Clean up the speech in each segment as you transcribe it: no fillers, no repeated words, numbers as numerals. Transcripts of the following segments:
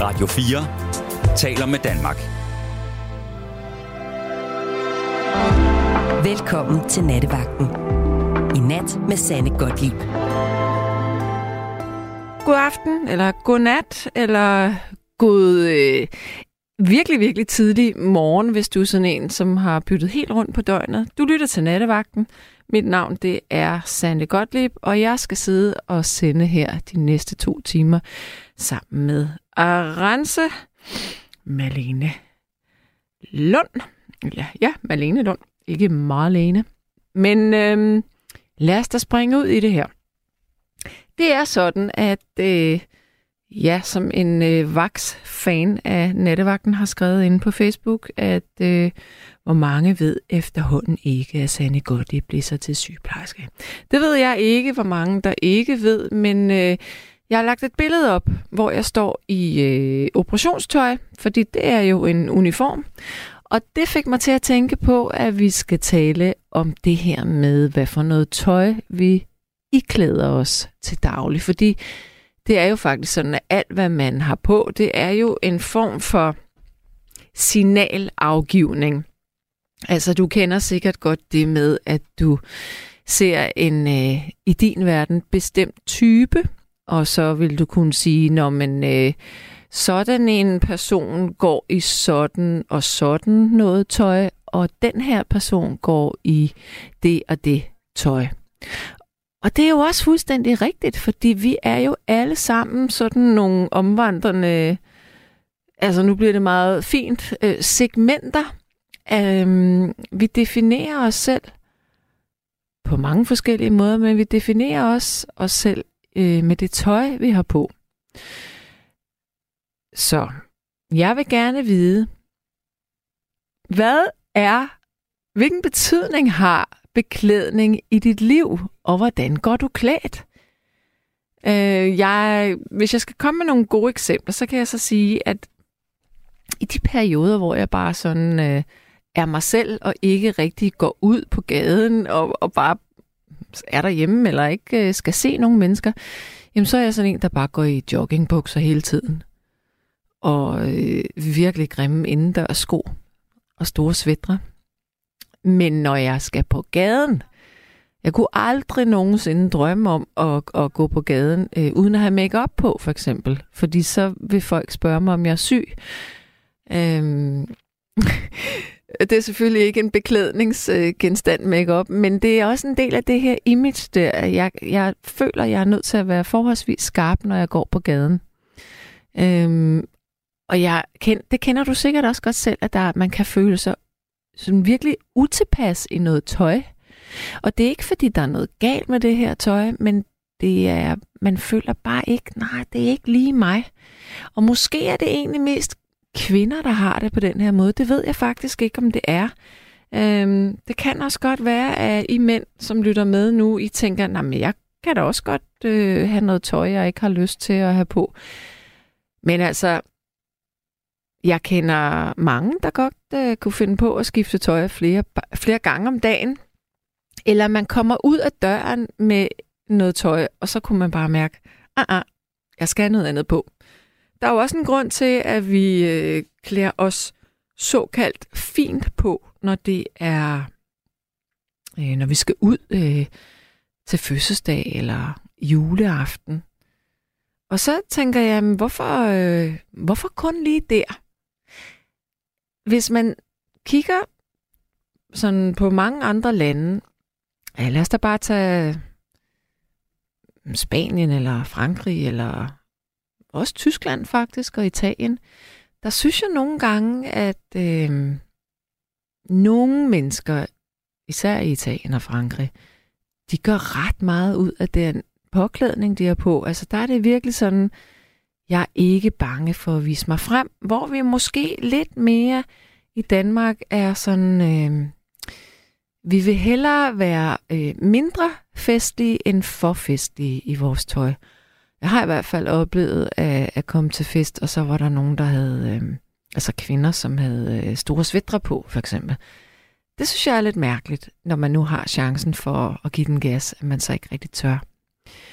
Radio 4 taler med Danmark. Velkommen til Nattevagten. I nat med Sanne Gottlieb. God aften, eller god nat, eller god virkelig, virkelig tidlig morgen, hvis du er sådan en, som har byttet helt rundt på døgnet. Du lytter til Nattevagten. Mit navn, det er Sanne Gottlieb, og jeg skal sidde og sende her de næste 2 timer sammen med Arance Malene Lund. Ja, Malene Lund. Ikke Marlene. Men lad os da springe ud i det her. Det er sådan, at som en Vax-fan af Nattevagten har skrevet inde på Facebook, at hvor mange ved efterhånden ikke, at Sanne Gottlieb bliver sig til sygeplejerske. Det ved jeg ikke, hvor mange der ikke ved, men jeg har lagt et billede op, hvor jeg står i operationstøj, fordi det er jo en uniform. Og det fik mig til at tænke på, at vi skal tale om det her med, hvad for noget tøj vi iklæder os til daglig. Fordi det er jo faktisk sådan, at alt, hvad man har på, det er jo en form for signalafgivning. Altså, du kender sikkert godt det med, at du ser en i din verden bestemt type, og så vil du kunne sige, når man sådan en person går i sådan og sådan noget tøj, og den her person går i det og det tøj. Og det er jo også fuldstændig rigtigt, fordi vi er jo alle sammen sådan nogle omvandrende, altså nu bliver det meget fint, segmenter. Vi definerer os selv på mange forskellige måder, men vi definerer os selv med det tøj, vi har på. Så jeg vil gerne vide, hvilken betydning har beklædning i dit liv, og hvordan går du klædt? Hvis jeg skal komme med nogle gode eksempler, så kan jeg så sige, at i de perioder, hvor jeg bare sådan er mig selv, og ikke rigtig går ud på gaden, og bare er derhjemme, eller ikke skal se nogen mennesker, jamen så er jeg sådan en, der bare går i joggingbukser hele tiden. Og virkelig grimme indendørs sko og store sweatre. Men når jeg skal på gaden, jeg kunne aldrig nogensinde drømme om at gå på gaden uden at have make-up på, for eksempel. Fordi så vil folk spørge mig, om jeg er syg. Det er selvfølgelig ikke en beklædningsgenstand make-up, men det er også en del af det her image der. Jeg føler, jeg er nødt til at være forholdsvis skarp, når jeg går på gaden. Og det kender du sikkert også godt selv, at man kan føle sig sådan virkelig utilpas i noget tøj. Og det er ikke, fordi der er noget galt med det her tøj, men man føler bare ikke, nej, det er ikke lige mig. Og måske er det egentlig mest kvinder, der har det på den her måde. Det ved jeg faktisk ikke, om det er. Det kan også godt være, at I mænd, som lytter med nu, I tænker, nej, men jeg kan da også godt have noget tøj, jeg ikke har lyst til at have på. Men altså, jeg kender mange, der godt kunne finde på at skifte tøj flere gange om dagen. Eller man kommer ud af døren med noget tøj, og så kunne man bare mærke, jeg skal have noget andet på. Der er jo også en grund til, at vi klæder os såkaldt fint på, når det er, når vi skal ud til fødselsdag eller juleaften. Og så tænker jeg, hvorfor kun lige der? Hvis man kigger sådan på mange andre lande, lad os da bare tage Spanien eller Frankrig eller også Tyskland faktisk og Italien, der synes jeg nogle gange, at nogle mennesker, især i Italien og Frankrig, de gør ret meget ud af den påklædning, de har på. Altså der er det virkelig sådan, jeg er ikke bange for at vise mig frem, hvor vi måske lidt mere i Danmark er sådan, vi vil hellere være mindre festlige end for festlige i vores tøj. Jeg har i hvert fald oplevet at komme til fest, og så var der nogen, der havde, altså kvinder, som havde store sweatre på, for eksempel. Det synes jeg er lidt mærkeligt, når man nu har chancen for at give den gas, at man så ikke rigtig tør.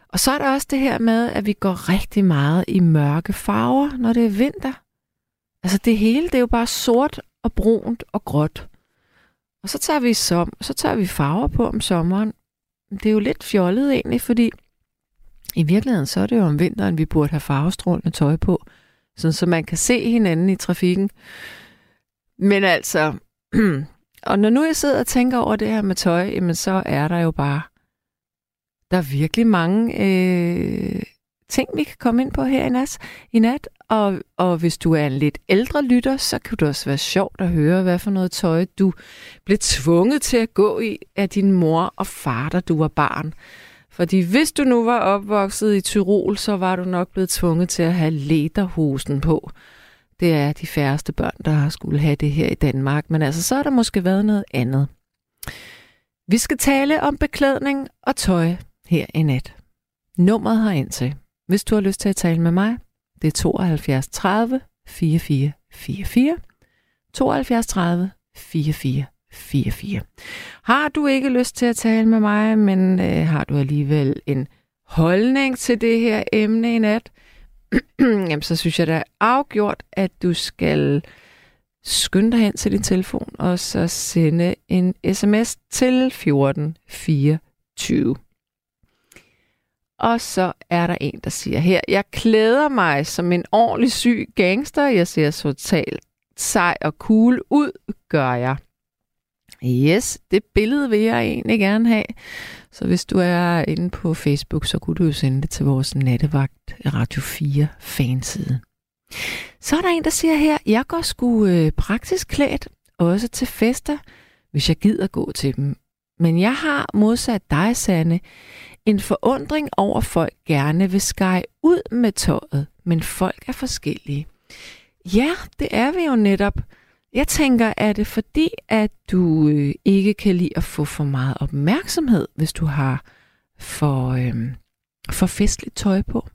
Og så er der også det her med, at vi går rigtig meget i mørke farver, når det er vinter. Altså det hele, det er jo bare sort og brunt og gråt. Og så tager vi farver på om sommeren. Det er jo lidt fjollet egentlig, fordi i virkeligheden så er det jo om vinteren, vi burde have farvestrålende tøj på, sådan så man kan se hinanden i trafikken. Men altså, og når nu jeg sidder og tænker over det her med tøj, jamen så er der jo bare, der er virkelig mange ting, vi kan komme ind på her i nat. Og hvis du er en lidt ældre lytter, så kan det også være sjovt at høre, hvad for noget tøj du blev tvunget til at gå i af din mor og far, da du var barn. Fordi hvis du nu var opvokset i Tyrol, så var du nok blevet tvunget til at have lederhosen på. Det er de færreste børn, der skulle have det her i Danmark. Men altså, så har der måske været noget andet. Vi skal tale om beklædning og tøj her i nat. Nummeret herind til, hvis du har lyst til at tale med mig, det er 72 30 44 44. 72 30 44 44. Har du ikke lyst til at tale med mig, men har du alligevel en holdning til det her emne i nat, jamen så synes jeg da afgjort, at du skal skynde dig hen til din telefon, og så sende en sms til 1424. Og så er der en, der siger her, jeg klæder mig som en ordentlig syg gangster. Jeg ser totalt sej og cool ud, gør jeg. Yes, det billede vil jeg egentlig gerne have. Så hvis du er inde på Facebook, så kunne du jo sende det til vores nattevagt Radio 4 fanside. Så er der en, der siger her, jeg går sgu praktisk klædt, også til fester, hvis jeg gider gå til dem. Men jeg har modsat dig, Sanne, en forundring over, folk gerne vil skære ud med tøjet, men folk er forskellige. Ja, det er vi jo netop. Jeg tænker, er det fordi, at du ikke kan lide at få for meget opmærksomhed, hvis du har for festligt tøj på?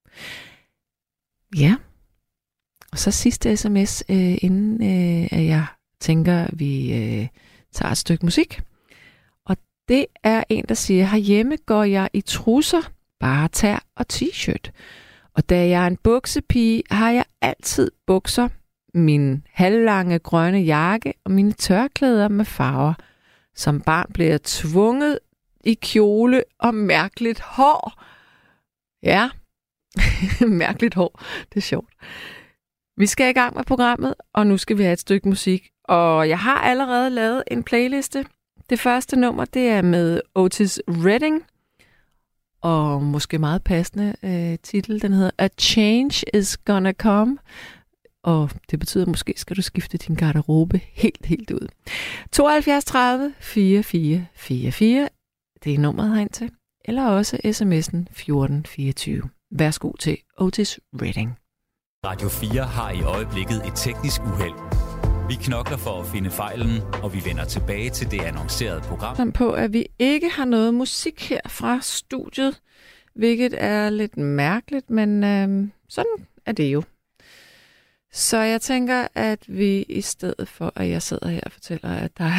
Ja. Og så sidste sms, inden at jeg tænker, vi tager et stykke musik. Og det er en, der siger, herhjemme går jeg i trusser, bare tær og t-shirt. Og da jeg er en buksepige, har jeg altid bukser, min halvlange grønne jakke og mine tørklæder med farver. Som barn blev jeg tvunget i kjole og mærkeligt hår. Ja, mærkeligt hår. Det er sjovt. Vi skal i gang med programmet, og nu skal vi have et stykke musik. Og jeg har allerede lavet en playliste. Det første nummer, det er med Otis Redding. Og måske meget passende titel, den hedder A Change Is Gonna Come. Og det betyder, måske skal du skifte din garderobe helt ud. 72 30 44 44. Det er nummeret herind til. Eller også sms'en 1424. Værsgo til Otis Redding. Radio 4 har i øjeblikket et teknisk uheld. Vi knokler for at finde fejlen, og vi vender tilbage til det annoncerede program. På, at vi ikke har noget musik her fra studiet, hvilket er lidt mærkeligt, men sådan er det jo. Så jeg tænker, at vi i stedet for, at jeg sidder her og fortæller, at der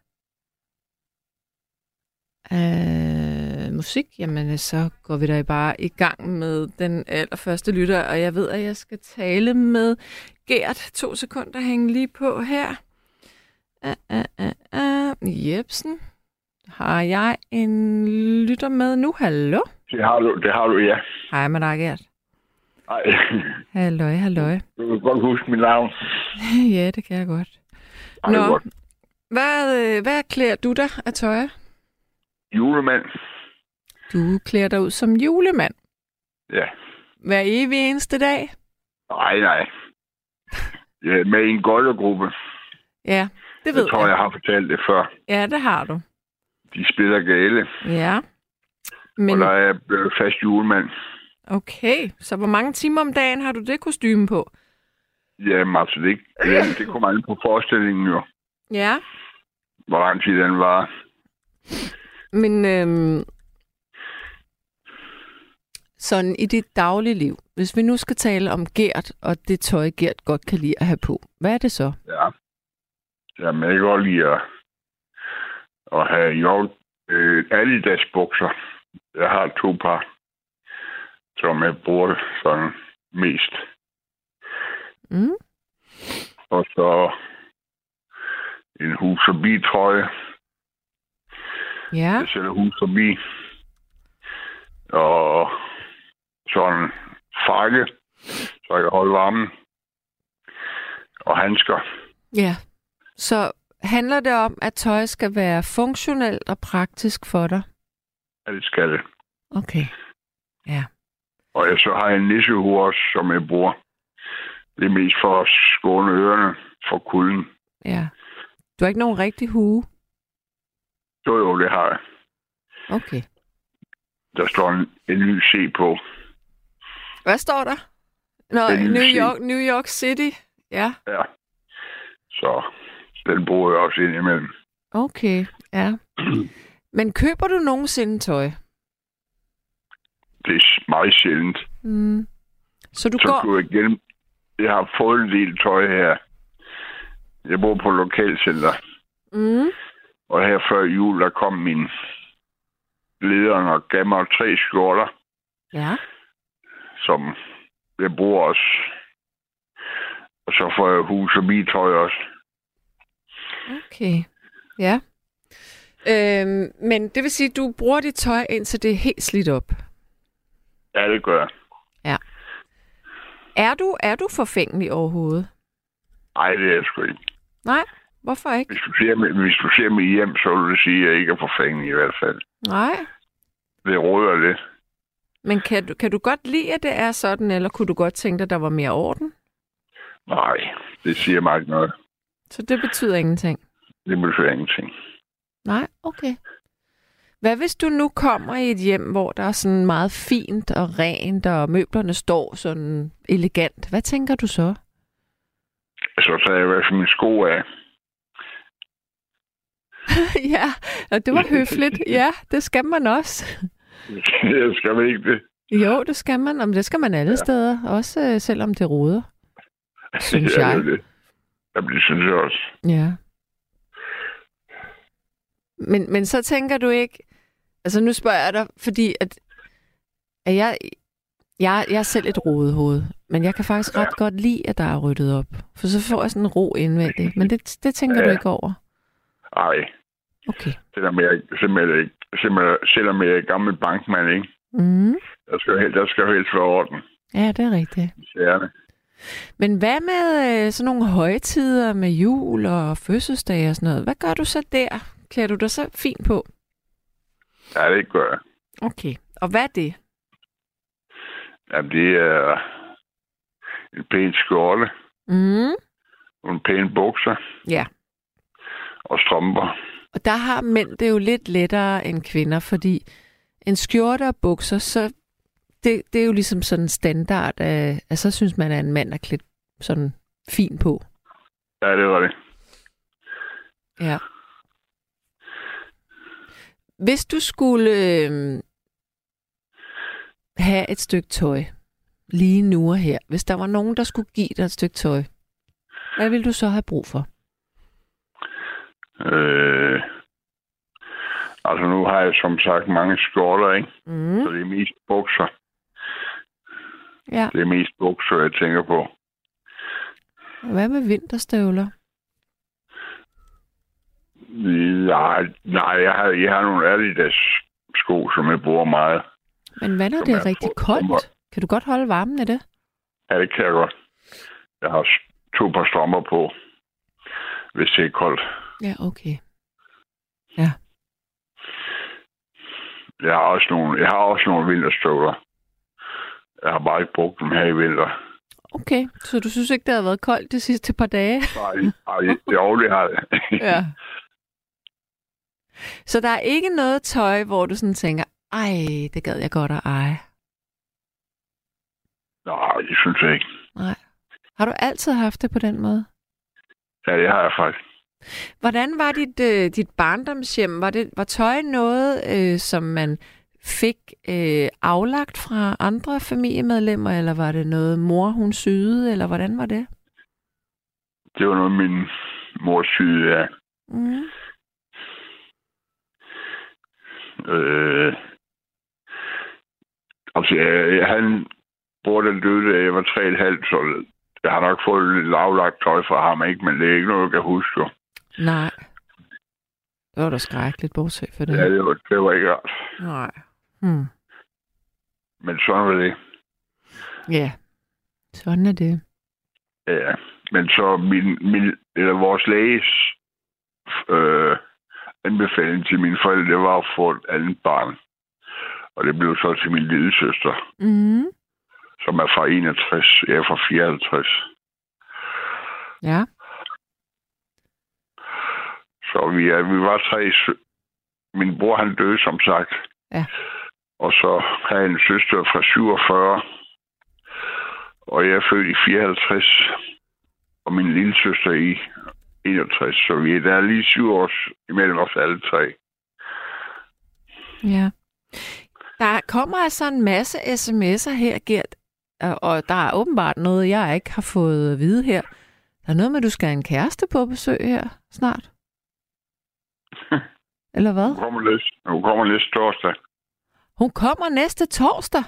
er musik, jamen så går vi da bare i gang med den allerførste lytter, og jeg ved, at jeg skal tale med Gert. 2 sekunder, hænge lige på her. Jebsen. Har jeg en lytter med nu? Hallo? Det har du, ja. Hej med dig, Gert. Hej. Halløj. Du kan godt huske mit navn. Ja, det kan jeg godt. Ej, Nå, godt. hvad klæder du dig af tøj? Julemand. Du klæder dig ud som julemand? Ja. Hver evig eneste dag? Nej. Ja, med en goldergruppe. Ja, det ved jeg. Jeg tror, jeg har fortalt det før. Ja, det har du. De spiller gale. Ja. Men... Og der er jeg blevet fast julemand. Okay, så hvor mange timer om dagen har du det kostume på? Jamen, absolut ikke. Det kommer an på forestillingen jo. Ja. Hvor lang tid den var. Men sådan i dit daglige liv, hvis vi nu skal tale om Gert og det tøj, Gert godt kan lide at have på, hvad er det så? Ja. Jamen, jeg kan godt lide at have Adidas bukser. Jeg har 2 par. som jeg bruger sådan mest. Mm. Og så en hus forbi trøje. Ja. Jeg sætter hus forbi. Og sådan frakke, så jeg kan holde varmen. Og handsker. Ja. Så handler det om, at tøj skal være funktionelt og praktisk for dig? Ja, det skal det. Okay. Ja. Og så har jeg en nissehue også, som jeg bruger. Det er mest for at skåne ørerne for kulden. Ja. Du har ikke nogen rigtig hue? Jo, det har jeg. Okay. Der står en ny C på. Hvad står der? New York City. Ja. Ja. Så den bruger jeg også ind imellem. Okay, ja. Men køber du nogensinde tøj? Det er meget sjældent. Mm. Så går... Jeg har fået en del tøj her. Jeg bor på lokalcenter. Mm. Og her før jul, der kom min leder og gav mig 3 skjorter. Ja. Som jeg bruger også. Og så får jeg hus og tøj også. Okay, ja. Men det vil sige, at du bruger dit tøj, indtil det er helt slidt op? Ja, det gør jeg. Ja. Er du forfængelig overhovedet? Nej, det er jeg sgu ikke. Nej, hvorfor ikke? Hvis du ser mig hjem, så vil du sige, at jeg ikke er forfængelig i hvert fald. Nej. Det råder lidt. Men kan du godt lide, at det er sådan, eller kunne du godt tænke dig, at der var mere orden? Nej, det siger mig ikke noget. Så det betyder ingenting? Det betyder ingenting. Nej, okay. Hvad hvis du nu kommer i et hjem, hvor der er sådan meget fint og rent, og møblerne står sådan elegant? Hvad tænker du så? Så tager jeg i hvert fald mine sko af. Ja, og det var høfligt. Ja, det skal man også. Jeg skal man ikke det? Jo, det skal man. Men det skal man alle steder. Også selvom det roder. Synes jeg. Det. Jamen, det synes jeg også. Ja. Men så tænker du ikke... Altså, nu spørger jeg dig, fordi at jeg er selv et rodet hoved, men jeg kan faktisk ret godt lide, at der er ryddet op. For så får jeg sådan en ro indvendigt. Men det tænker du ikke over? Nej. Okay. Selvom jeg er gammel bankmand, ikke? Mm. Der skal jo helst være orden. Ja, det er rigtigt. Ja. Men hvad med sådan nogle højtider med jul og fødselsdage og sådan noget? Hvad gør du så der? Klæder du dig så fint på? Ja, det gør jeg. Okay. Og hvad er det? Jamen, det er en pæn skjorte. Mm. Og en pæn bukser. Ja. Og strømper. Og der har mænd det jo lidt lettere end kvinder, fordi en skjorte og bukser, så det er jo ligesom sådan en standard, at så synes man, at en mand er klædt sådan fint på. Ja, det var det. Ja. Hvis du skulle have et stykke tøj lige nu og her, hvis der var nogen, der skulle give dig et stykke tøj, hvad ville du så have brug for? Altså nu har jeg som sagt mange skjorter, ikke? Mm. Så det er mest bukser. Ja. Det er mest bukser, jeg tænker på. Hvad med vinterstøvler? Nej, jeg har nogle Adidas sko, som jeg bruger meget. Men hvad når det er rigtig koldt? Kan du godt holde varmen i det? Ja, det kan jeg godt. Jeg har 2 par strømper på, hvis det er koldt. Ja, okay. Ja. Jeg har også nogle vinterstøvler. Jeg har bare ikke brugt dem her i vinter. Okay, så du synes ikke, det har været koldt de sidste par dage? Nej, det har det. Ja. Så der er ikke noget tøj, hvor du sådan tænker, ej, det gad jeg godt at eje? Nej, det synes jeg ikke. Nej. Har du altid haft det på den måde? Ja, det har jeg faktisk. Hvordan var dit barndomshjem? Var tøj noget, som man fik aflagt fra andre familiemedlemmer, eller var det noget mor, hun syede, eller hvordan var det? Det var noget, min mor syede, ja. Mm. Altså, han bror den døde, da jeg var 3,5, så jeg har nok fået lidt lavlagt tøj fra ham, ikke? Men det er ikke noget, jeg kan huske. Jo. Nej. Det var da skrækkeligt, bortset for det. Ja, det var ikke rart. Nej. Men sådan var det. Ja, sådan er det. Ja, men så vores læges anbefaling til mine forældre, det var at få et andet barn. Og det blev så til min lille søster, som er fra 61, jeg er fra 54. Ja. Så vi var 3. Min bror, han døde, som sagt. Ja. Og så havde jeg en søster fra 47. Og jeg er født i 54. Og min lille søster i 61. Så der er lige 7 år imellem os alle 3. Ja. Der kommer altså en masse sms'er her, Gert. Og der er åbenbart noget, jeg ikke har fået at vide her. Der er noget med, at du skal have en kæreste på besøg her snart. Eller hvad? Hun kommer næste torsdag. Hun kommer næste torsdag?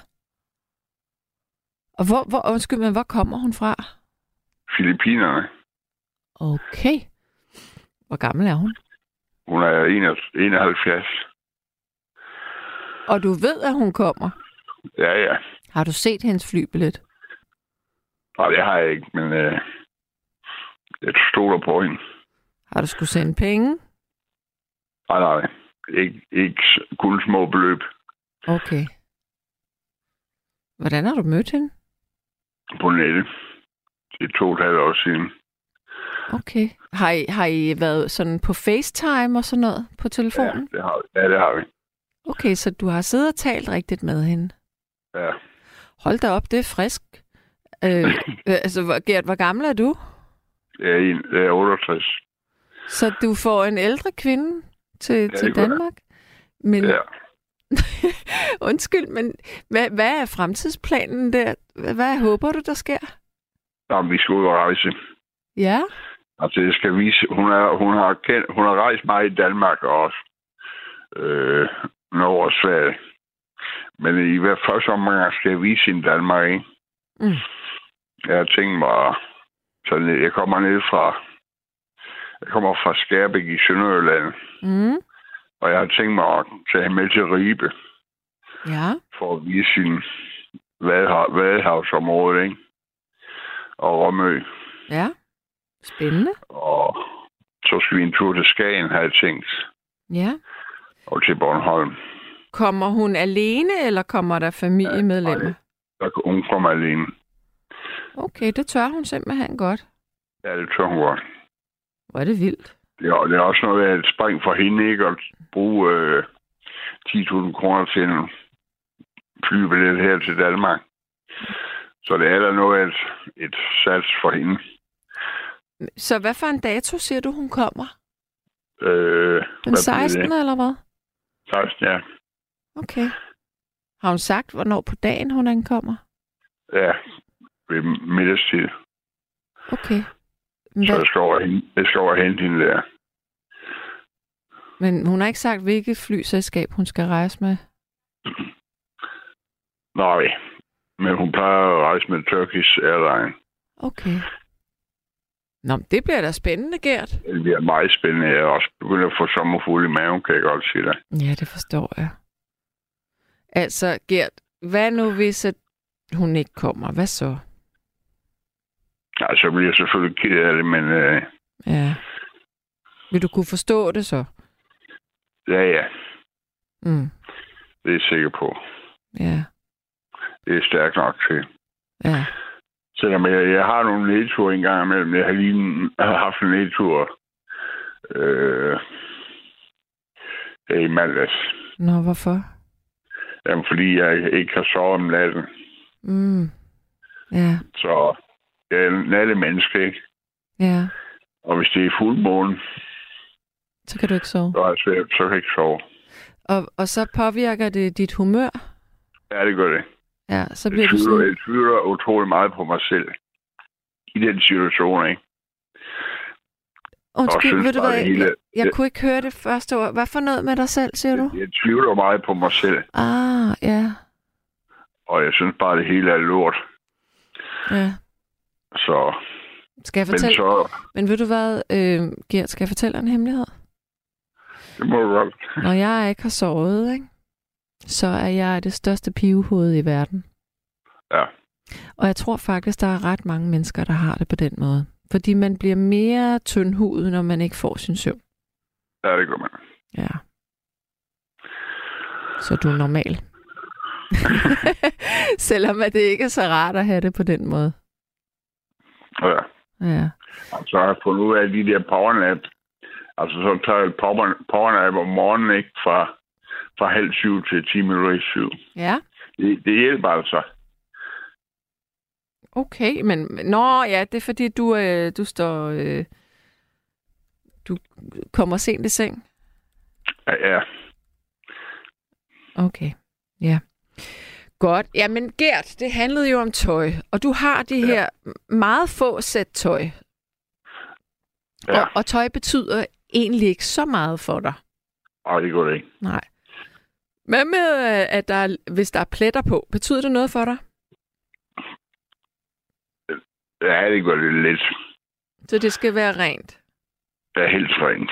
Og hvor kommer hun fra? Filippinerne. Okay. Hvor gammel er hun? Hun er 71. Og du ved, at hun kommer? Ja. Har du set hendes flybillet? Nej, det har jeg ikke, men jeg stoler på hende. Har du skulle sende penge? Nej. Ikke kun små beløb. Okay. Hvordan har du mødt hende? På nettet. Det er 2,5 år siden. Okay. Har I været sådan på FaceTime og sådan noget på telefonen? Ja, det har vi. Okay, så du har siddet og talt rigtigt med hende? Ja. Hold da op, det er frisk. Gert, hvor gammel er du? Jeg er 68. Så du får en ældre kvinde til Danmark? Men... Ja. Undskyld, men hvad er fremtidsplanen der? Hvad håber du, der sker? Jamen, vi skal ud og rejse. Ja? Altså, jeg skal vise... Hun har rejst meget i Danmark også. Norge og Sverige. Men i hvert første omgang skal jeg vise hende Danmark, ikke? Jeg har tænkt mig... Jeg kommer fra Skærbæk i Sønderjylland. Og jeg har tænkt mig at tage hende med til Ribe. Ja. For at vise sin vadehavsområde, ikke? Og Rømø. Ja. Spændende. Og så skal vi en tur til Skagen, har jeg tænkt. Ja. Og til Bornholm. Kommer hun alene, eller kommer der familiemedlemmer? Nej, hun kommer alene. Okay, det tør hun simpelthen godt. Ja, det tør hun godt. Hvor er det vildt. Det er også noget af et spring for hende, ikke? At bruge 10.000 kroner til en flybillet her til Danmark. Så det er der noget af et sats for hende. Så hvad for en dato siger du, hun kommer? Den 16. eller hvad? 16, ja. Okay. Har hun sagt, hvornår på dagen hun ankommer? Ja, ved middagstid. Okay. Så jeg skal over hente hende der. Men hun har ikke sagt, hvilket flyselskab hun skal rejse med? Nej, men hun plejer at rejse med Turkish Airlines. Okay. Nå, det bliver da spændende, Gert. Det bliver meget spændende. Jeg er også begyndt at få sommerfugle i maven, kan jeg godt sige dig. Ja, det forstår jeg. Altså, Gert, hvad nu hvis hun ikke kommer? Hvad så? Ja, så bliver jeg selvfølgelig ked af det, men... Ja. Vil du kunne forstå det så? Ja. Det er jeg sikker på. Ja. Det er stærkt nok til. Ja. Selvom jeg har nogle nedture engang imellem. Jeg har lige haft en nedtur i mandags. Nå, hvorfor? Jamen, fordi jeg ikke har sovet om natten. Ja. Så jeg er en nattemenneske, ikke? Ja. Og hvis det er fuldmåne, så kan du ikke sove. Så kan jeg ikke sove. Og så påvirker det dit humør? Ja, det gør det. Ja, så bliver du sådan... Jeg tvivler utrolig meget på mig selv. I den situation, ikke? Undskyld, ved du hvad? Jeg kunne ikke høre det første ord. Hvad for noget med dig selv, siger du? Jeg tvivler meget på mig selv. Ja. Og jeg synes bare, det hele er lort. Ja. Så... Skal jeg fortælle? Men ved du hvad, Gert, skal jeg fortælle dig en hemmelighed? Det må du godt. Når jeg ikke har sovet, ikke, så er jeg det største pivehoved i verden. Ja. Og jeg tror faktisk, der er ret mange mennesker, der har det på den måde. Fordi man bliver mere tyndhudet, når man ikke får sin søvn. Ja, det gør man. Ja. Så du er normal. Selvom at det ikke er så rart at have det på den måde. Ja. Ja. Så har jeg fundet ud af de der powernap. Altså så tager jeg powernap om morgenen, ikke? Fra 6:30 til 7:10. Ja. Det hjælper altså. Okay, men det er fordi du står du kommer sent i seng. Ja. Okay. Ja. Godt. Jamen Gert, det handlede jo om tøj, og du har de her meget få sæt tøj. Ja. Og tøj betyder egentlig ikke så meget for dig. Nej, det gør det ikke. Nej. Hvad med, at hvis der er pletter på, betyder det noget for dig? Ja, det gør det lidt. Så det skal være rent? Det er helt rent.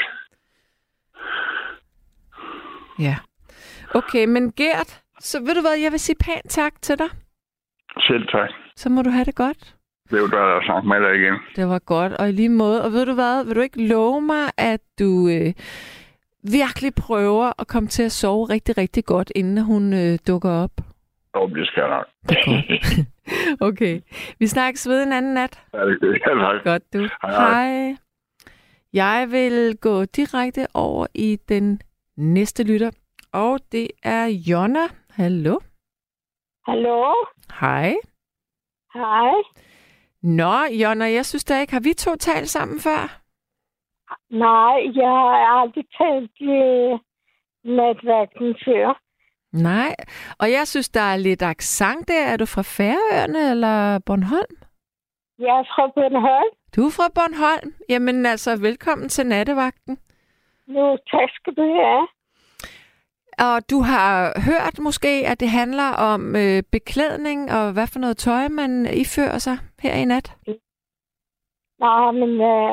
Ja. Okay, men Gert, så ved du hvad, jeg vil sige pænt tak til dig. Selv tak. Så må du have det godt. Det var der at snakke med dig igen. Det var godt, og i lige måde. Og ved du hvad, vil du ikke love mig, at du virkelig prøver at komme til at sove rigtig, rigtig godt, inden hun dukker op? Jo, det skal jeg nok. Det er godt. Okay. Vi snakkes ved en anden nat. Ja, det er tak. Godt, du. Hej. Jeg vil gå direkte over i den næste lytter, og det er Jonna. Hallo. Hallo. Hej. Hej. Nå, Jonna, jeg synes da ikke, har vi to talt sammen før? Nej, jeg har aldrig talt i netværken før. Nej, og jeg synes, der er lidt accent der. Er du fra Færøerne eller Bornholm? Jeg er fra Bornholm. Du er fra Bornholm? Jamen altså, velkommen til nattevagten. Jo, tak skal du have. Og du har hørt måske, at det handler om beklædning og hvad for noget tøj, man ifører sig her i nat? Nej, men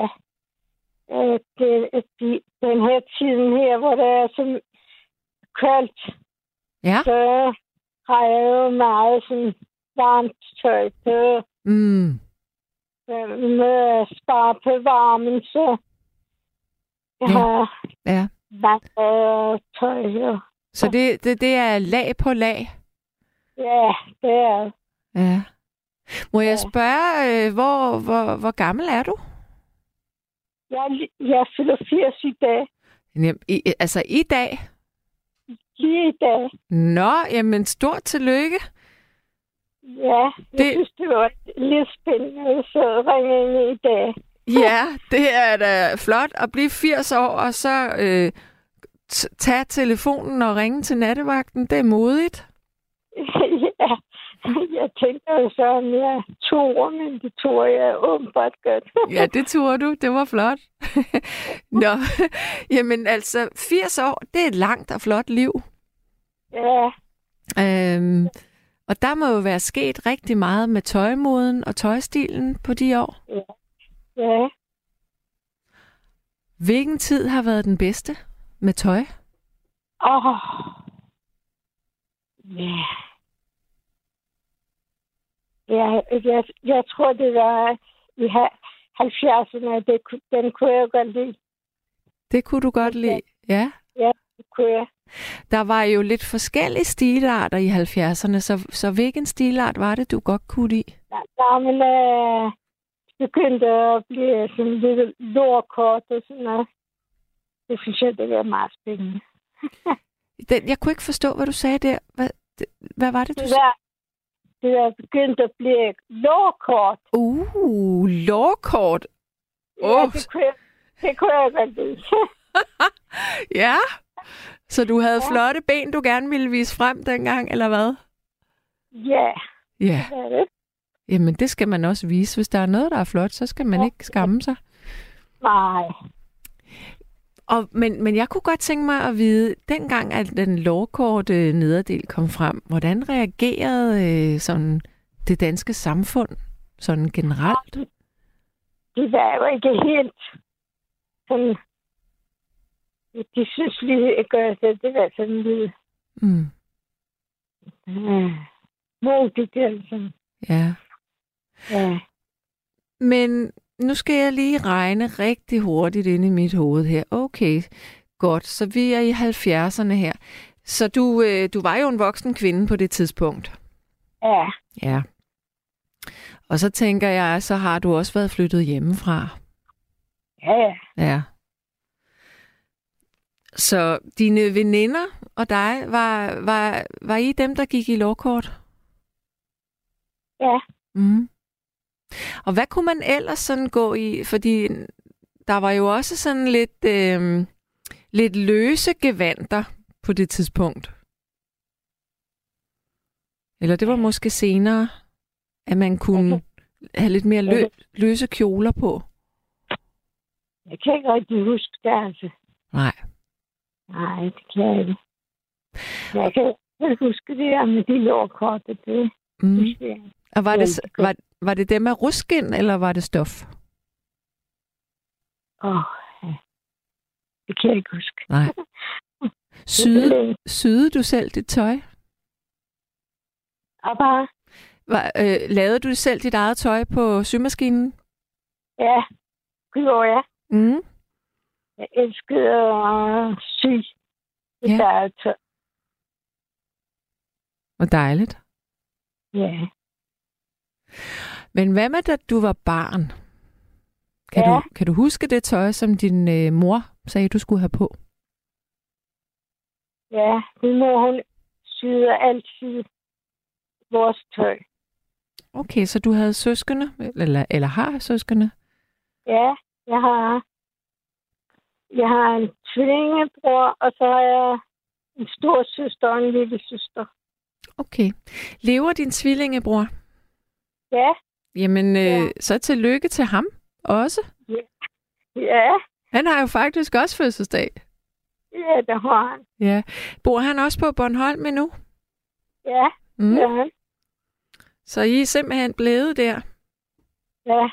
den her tiden her, hvor det er så koldt, ja, så har jeg jo meget sådan varmt tøj på. Med at spare på varmen, så jeg har varmt tøj her. Så det er lag på lag? Ja, det er det. Ja. Må jeg spørge, hvor gammel er du? Jeg fylder 80 i dag. Altså i dag? Lige i dag. Nå, jamen stort tillykke. Ja, jeg synes, det var lidt spændende, så ringe ind i dag. Ja, det er da flot at blive 80 år, og så tage telefonen og ringe til nattevagten. Det er modigt. Ja, jeg tænkte jo så, om jeg tog, men det tog jeg åbenbart godt. Ja, det tog du. Det var flot. Nå, jamen altså, 80 år, det er et langt og flot liv. Ja. Og der må jo være sket rigtig meget med tøjmoden og tøjstilen på de år. Ja. Hvilken tid har været den bedste med tøj? Ja. Jeg tror, det var i 70'erne, den kunne jeg godt lide. Det kunne du godt lide, ja? Ja, det kunne jeg. Der var jo lidt forskellige stilarter i 70'erne, så hvilken stilart var det, du godt kunne lide? Nej, men begyndte at blive sådan lidt lorkort og sådan noget. Det synes jeg, det var meget spændende. Jeg kunne ikke forstå, hvad du sagde der. Hvad var det, du sagde? Det er begyndt at blive lorkort. Lorkort. Ja, det kunne jeg godt lide. Ja, så du havde flotte ben, du gerne ville vise frem dengang, eller hvad? Ja. Ja. Det er det. Jamen, det skal man også vise. Hvis der er noget, der er flot, så skal man ikke skamme sig. Nej. Men jeg kunne godt tænke mig at vide, dengang at den lovkorte nederdel kom frem, hvordan reagerede sådan det danske samfund sådan generelt? Det var jo ikke helt sådan... De synes lige at gøre det var sådan lidt... modigt, altså. Ja. Ja. Men nu skal jeg lige regne rigtig hurtigt ind i mit hoved her. Okay, godt. Så vi er i 70'erne her. Så du var jo en voksen kvinde på det tidspunkt. Ja. Ja. Og så tænker jeg, så har du også været flyttet hjemmefra. Ja. Ja. Så dine veninder og dig, var I dem, der gik i lovkort? Ja. Mm. Og hvad kunne man ellers sådan gå i? Fordi der var jo også sådan lidt løse gevanter på det tidspunkt. Eller det var måske senere, at man kunne have lidt mere løse kjoler på. Jeg kan ikke rigtig huske det, altså. Nej. Nej, det kan jeg ikke. Jeg kan huske det her med de lovkort, det. Og var det dem af ruskin, eller var det stof? Det kan jeg ikke huske. Nej. Syede du selv dit tøj? Og bare? Lavede du selv dit eget tøj på symaskinen? Ja, det gjorde jeg. Mm. Jeg elskede at sy mit eget tøj. Hvor dejligt. Ja. Men hvad med, da du var barn? Kan du huske det tøj, som din mor sagde, du skulle have på? Ja, min mor, hun syede altid vores tøj. Okay, så du havde søskende, eller har søskende? Ja, jeg har en tvillingebror, og så har jeg en stor søster og en lille søster. Okay. Lever din tvillingebror? Ja. Jamen, så tillykke til ham også. Ja. Han har jo faktisk også fødselsdag. Ja, det har han. Ja. Bor han også på Bornholm endnu? Ja, det er han. Så I er simpelthen blevet der? Ja.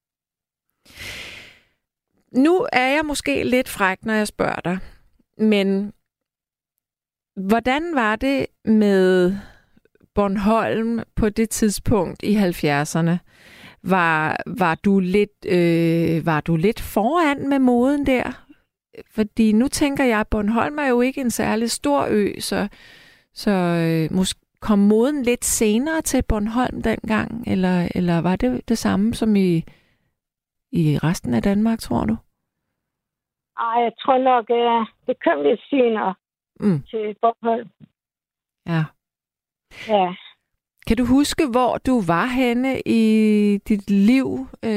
Nu er jeg måske lidt fræk, når jeg spørger dig. Men hvordan var det med Bornholm på det tidspunkt i 70'erne? Var du lidt foran med moden der? Fordi nu tænker jeg, at Bornholm er jo ikke en særlig stor ø, så måske kom moden lidt senere til Bornholm dengang, eller var det det samme som i resten af Danmark, tror du? Ej, jeg tror nok, det kom lidt senere til Bornholm. Ja. Ja. Kan du huske, hvor du var henne i dit liv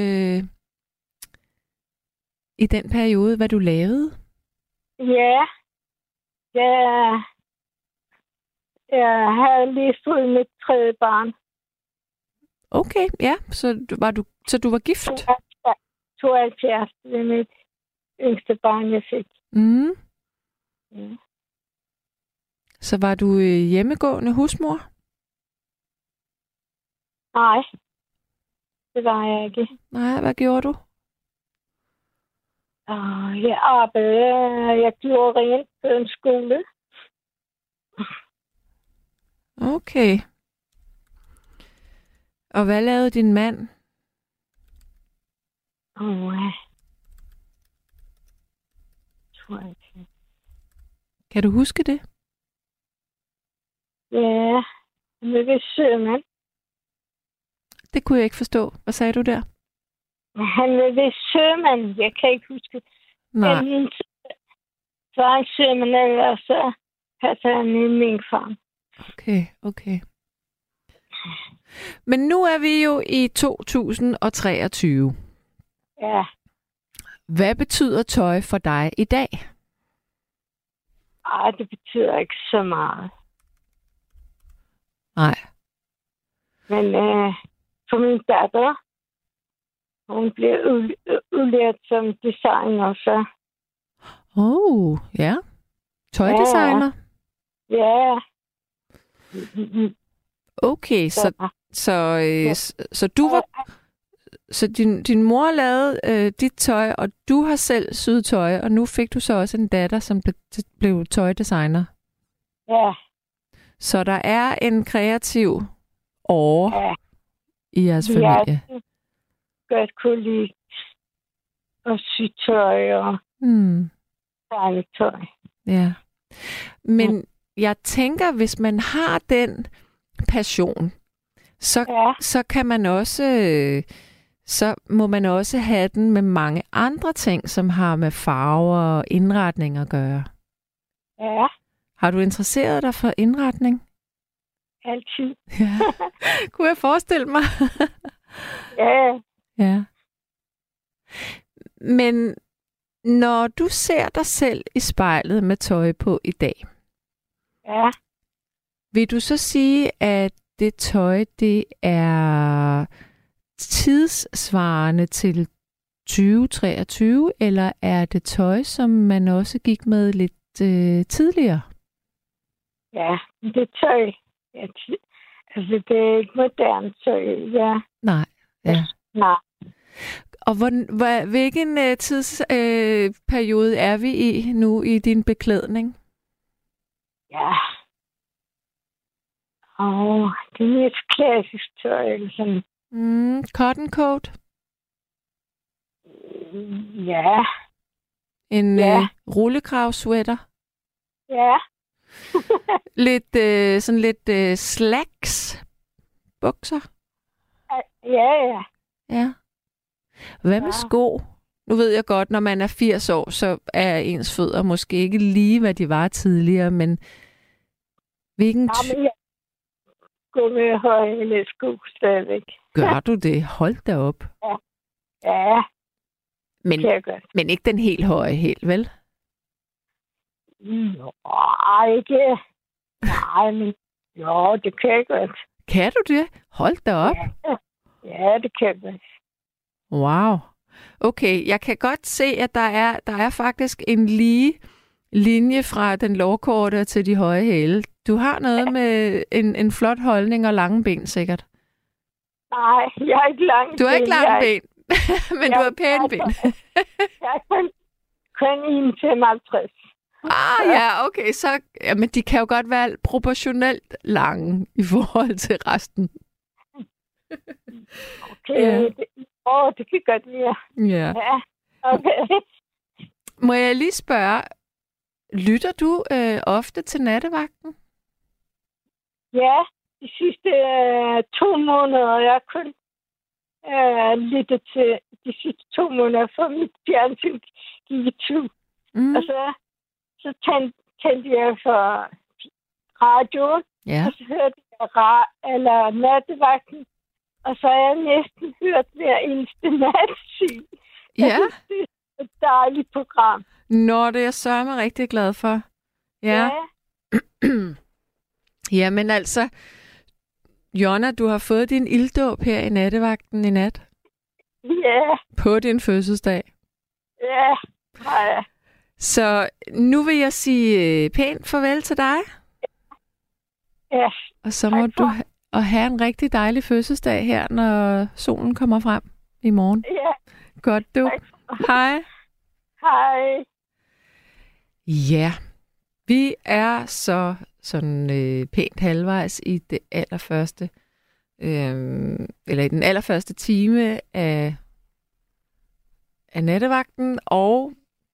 i den periode, hvad du lavede? Ja. Jeg havde lige fået mit 3. barn. Okay, ja. Så du var gift? 72, det er mit yngste barn, jeg fik. Mm. Ja. Så var du hjemmegående husmor? Nej, det var jeg ikke. Nej, hvad gjorde du? Jeg arbejdede. Jeg gjorde rent på en skole. Okay. Og hvad lavede din mand? Kan du huske det? Ja, han var sømand. Det kunne jeg ikke forstå. Hvad sagde du der? Han var sømand. Jeg kan ikke huske. Nej. Så er han sømand, eller så passer han i min farm. Okay. Men nu er vi jo i 2023. Ja. Hvad betyder tøj for dig i dag? Det betyder ikke så meget. Nej. Men for min datter, hun bliver udlært som designer, så Ja. Tøjdesigner? Ja. Okay, så du var... Så din mor lavede dit tøj, og du har selv syet tøj, og nu fik du så også en datter, som blev tøjdesigner. Ja. Så der er en kreativ åre i jeres familie. Jeg godt kunne lide at sy tøj og tøj. Ja. Men jeg tænker, hvis man har den passion, så kan man også... så må man også have den med mange andre ting, som har med farver og indretning at gøre. Ja. Har du interesseret dig for indretning? Altid. Ja. Kunne jeg forestille mig? Ja. Ja. Men når du ser dig selv i spejlet med tøj på i dag, vil du så sige, at det tøj, det er tidssvarende til 2023, eller er det tøj, som man også gik med lidt tidligere? Ja, det tøj. Altså, det er ikke moderne tøj, ja. Nej, ja. Nej. Og hvilken tidsperiode er vi i nu i din beklædning? Ja. Det er et klassisk tøj, sådan. Cotton coat? Ja. En rullekravsweater? Ja. lidt slacks bukser? Ja. Ja. Hvad med sko? Nu ved jeg godt, når man er 80 år, så er ens fødder måske ikke lige, hvad de var tidligere, men hvilken... jeg går med høje sko stadigvæk. Gør du det? Hold da op. Ja. Men ikke den helt høje helt, vel? Ikke. Nej, men jo, det kan jeg godt. Kan du det? Hold da op. Ja, det kan jeg godt. Wow. Okay, jeg kan godt se, at der er faktisk en lige linje fra den lårkorte til de høje hæle. Du har noget med en flot holdning og lange ben, sikkert. Nej, jeg har ikke lange ben. Du har ikke lange ben, men du har pæne ben. Jeg er kun 1,55. Ja, okay. Så, men de kan jo godt være proportionelt lange i forhold til resten. Okay, det kan godt være. Ja. Okay. Må jeg lige spørge, lytter du ofte til Nattevagten? Ja, de sidste 2 måneder. Jeg har kun lyttet til de sidste 2 måneder, for mit fjernsyn gik i 2. Og så tændte jeg for radioen, og så hørte jeg Nattevagten, og så har jeg næsten hørt hver eneste nat. Ja. Det er et dejligt program. Nå, det er jeg sørme rigtig glad for. Ja. Jamen altså, Jonna, du har fået din ilddåb her i Nattevagten i nat. Ja. På din fødselsdag. Ja. Så nu vil jeg sige pænt farvel til dig. Ja. Og så må du have en rigtig dejlig fødselsdag her, når solen kommer frem i morgen. Ja. Godt du. Hej. Hej. Ja, vi er så sådan pænt halvvejs i det allerførste, eller i den allerførste time af Nattevagten, og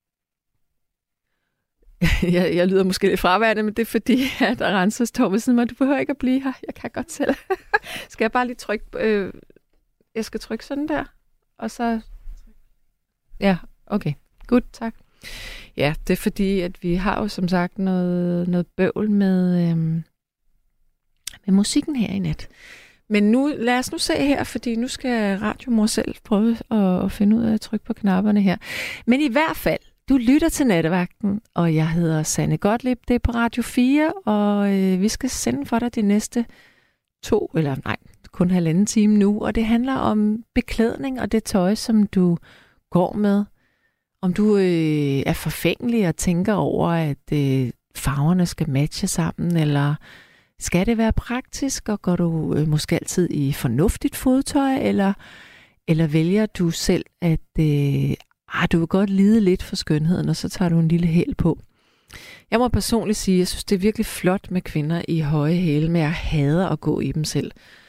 jeg lyder måske lidt fraværende, men det er fordi, at Aranza står ved siden af mig. Du behøver ikke at blive her. Jeg kan godt selv. Skal jeg bare lige trykke... jeg skal trykke sådan der, og så... Ja, okay. Godt, tak. Ja, det er fordi, at vi har jo som sagt noget bøvl med musikken her i nat. Men nu, lad os nu se her, fordi nu skal Radiomor selv prøve at finde ud af at trykke på knapperne her. Men i hvert fald, du lytter til Nattevagten, og jeg hedder Sanne Gottlieb, det er på Radio 4, og vi skal sende for dig de næste kun 1,5 time nu, og det handler om beklædning og det tøj, som du går med. Om du er forfængelig og tænker over, at farverne skal matche sammen, eller skal det være praktisk, og går du måske altid i fornuftigt fodtøj, eller vælger du selv, at du vil godt lide lidt for skønheden, og så tager du en lille hæl på. Jeg må personligt sige, at jeg synes, det er virkelig flot med kvinder i høje hæle, men jeg hader at gå i dem selv.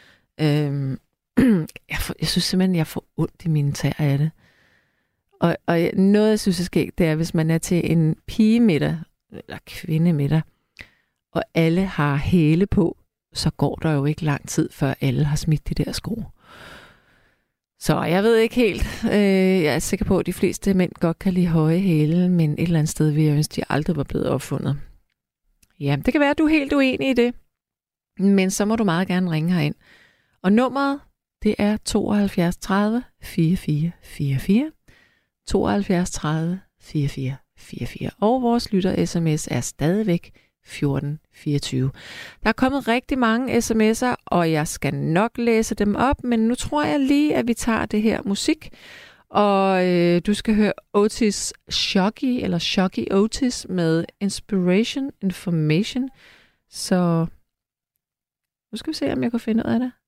Jeg synes simpelthen, jeg får ondt i mine tæer af det. Og noget, jeg synes er skægt, det er, hvis man er til en pigemiddag, eller kvindemiddag, og alle har hæle på, så går der jo ikke lang tid, før alle har smidt de der sko. Så jeg ved ikke helt. Jeg er sikker på, at de fleste mænd godt kan lide høje hæle, men et eller andet sted vil jeg ønske, de aldrig var blevet opfundet. Ja, det kan være, at du er helt uenig i det, men så må du meget gerne ringe herind. Og nummeret, det er 72 30 44 44. 72 30 44 44. Og vores lytter-sms er stadigvæk 1424. Der er kommet rigtig mange sms'er, og jeg skal nok læse dem op, men nu tror jeg lige, at vi tager det her musik. Og du skal høre Otis Shocky, eller Shocky Otis med Inspiration Information. Så nu skal vi se, om jeg kan finde ud af det.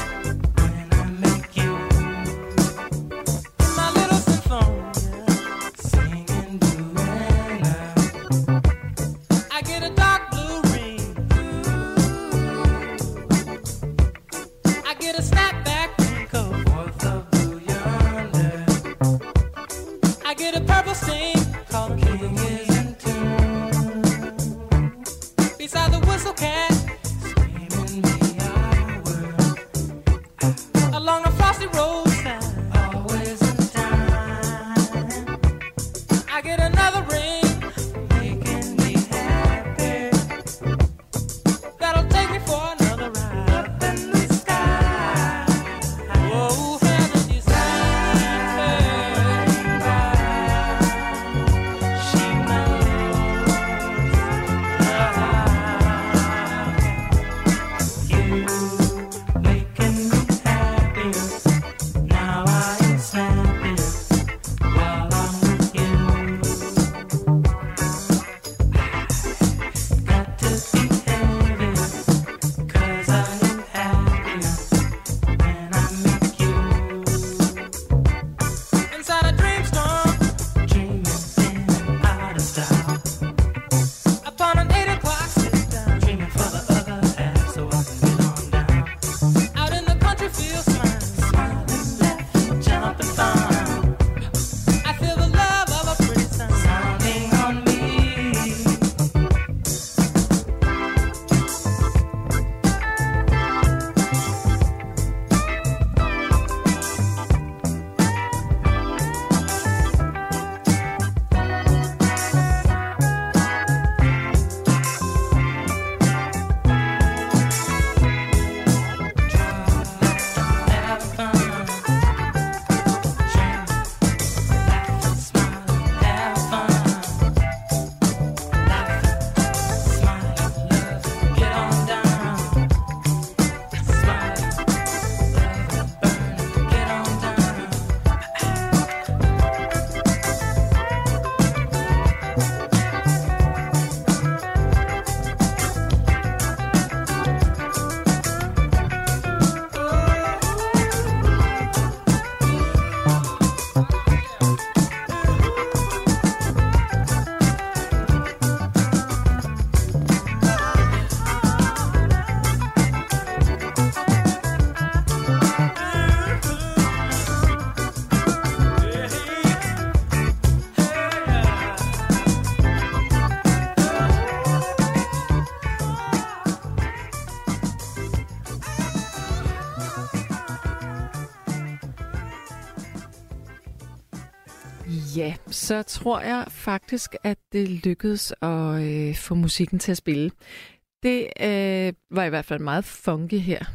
Ja, så tror jeg faktisk, at det lykkedes at få musikken til at spille. Det var i hvert fald meget funky her.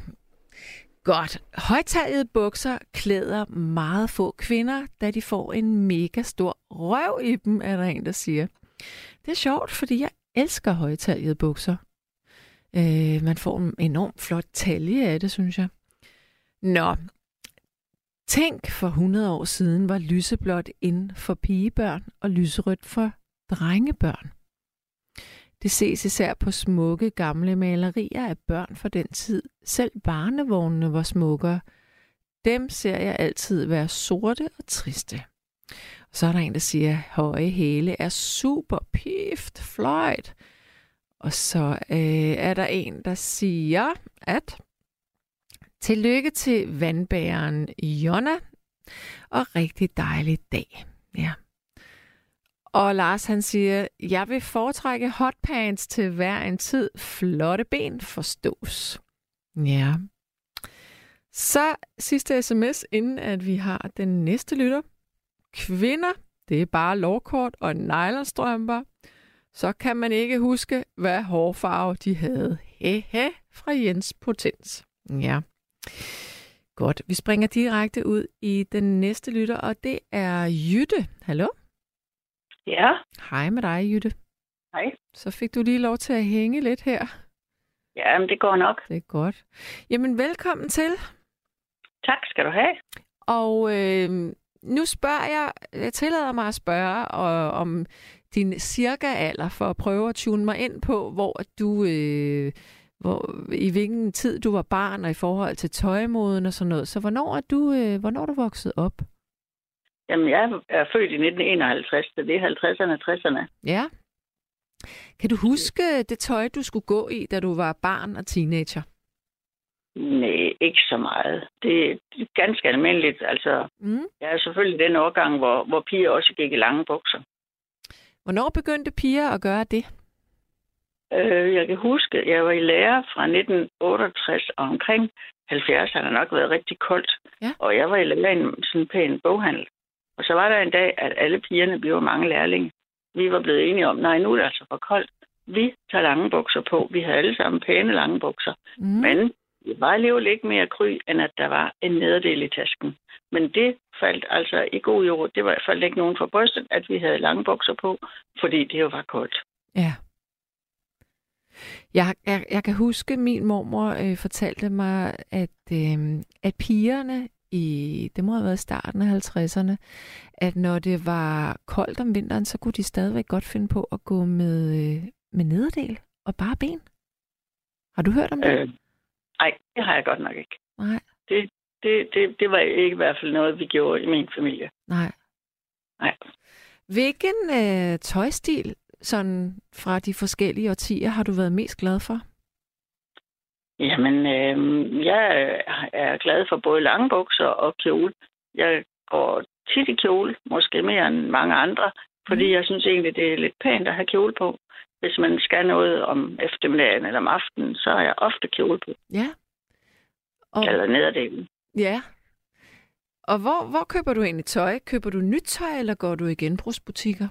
Godt. Højtallede bukser klæder meget få kvinder, da de får en mega stor røv i dem, er der en, der siger. Det er sjovt, fordi jeg elsker højtallede bukser. Man får en enormt flot talje af det, synes jeg. Nå, Tænk, for 100 år siden var lyseblåt inden for pigebørn og lyserødt for drengebørn. Det ses især på smukke gamle malerier af børn fra den tid. Selv barnevognene var smukkere. Dem ser jeg altid være sorte og triste. Og så er der en, der siger, at høje hæle er super pift, fløjt. Og så er der en, der siger, at tillykke til vandbæreren Jonna, og rigtig dejlig dag. Ja. Og Lars, han siger, jeg vil foretrække hotpants til hver en tid. Flotte ben forstås. Ja. Så sidste sms, inden at vi har den næste lytter. Kvinder, det er bare lårkort og nylonstrømper. Så kan man ikke huske, hvad hårfarve de havde. Hehe, fra Jens Potens. Ja. Godt, vi springer direkte ud i den næste lytter, og det er Jytte. Hallo? Ja. Hej med dig, Jytte. Hej. Så fik du lige lov til at hænge lidt her. Ja, men det går nok. Det er godt. Jamen, velkommen til. Tak skal du have. Og nu spørger jeg tillader mig at spørge om din cirka alder, for at prøve at tune mig ind på, hvor du, i hvilken tid du var barn, og i forhold til tøjmoden og sådan noget. Så hvornår er du vokset op? Jamen, jeg er født i 1951, så det er 50'erne og 60'erne. Ja. Kan du huske det tøj, du skulle gå i, da du var barn og teenager? Nej, ikke så meget. Det er ganske almindeligt. Altså, jeg er selvfølgelig den årgang, hvor piger også gik i lange bukser. Hvornår begyndte piger at gøre det? Jeg kan huske, jeg var i lære fra 1968, og omkring 70 har det nok været rigtig koldt. Ja. Og jeg var i lære i sådan en pæn boghandel. Og så var der en dag, at alle pigerne, vi var mange lærlinge, vi var blevet enige om, nej, nu er det altså for koldt. Vi tager lange bukser på. Vi havde alle sammen pæne lange bukser. Men det var alligevel ikke mere kry, end at der var en nederdel i tasken. Men det faldt altså i god jord. Det var i hvert fald ikke nogen for brystet, at vi havde lange bukser på, fordi det jo var koldt. Ja. Jeg kan huske, at min mormor fortalte mig, at pigerne det må have været starten af 50'erne, at når det var koldt om vinteren, så kunne de stadigvæk godt finde på at gå med nederdel og bare ben. Har du hørt om det? Nej, det har jeg godt nok ikke. Nej. Det var ikke i hvert fald noget, vi gjorde i min familie. Nej. Hvilken tøjstil sådan fra de forskellige årtier har du været mest glad for? Jamen, jeg er glad for både lange bukser og kjole. Jeg går tit i kjole, måske mere end mange andre, fordi jeg synes egentlig, det er lidt pænt at have kjole på. Hvis man skal noget om eftermiddagen eller om aftenen, så har jeg ofte kjole på. Ja. Eller nederdelen. Ja. Og hvor køber du egentlig tøj? Køber du nyt tøj, eller går du i genbrugsbutikker?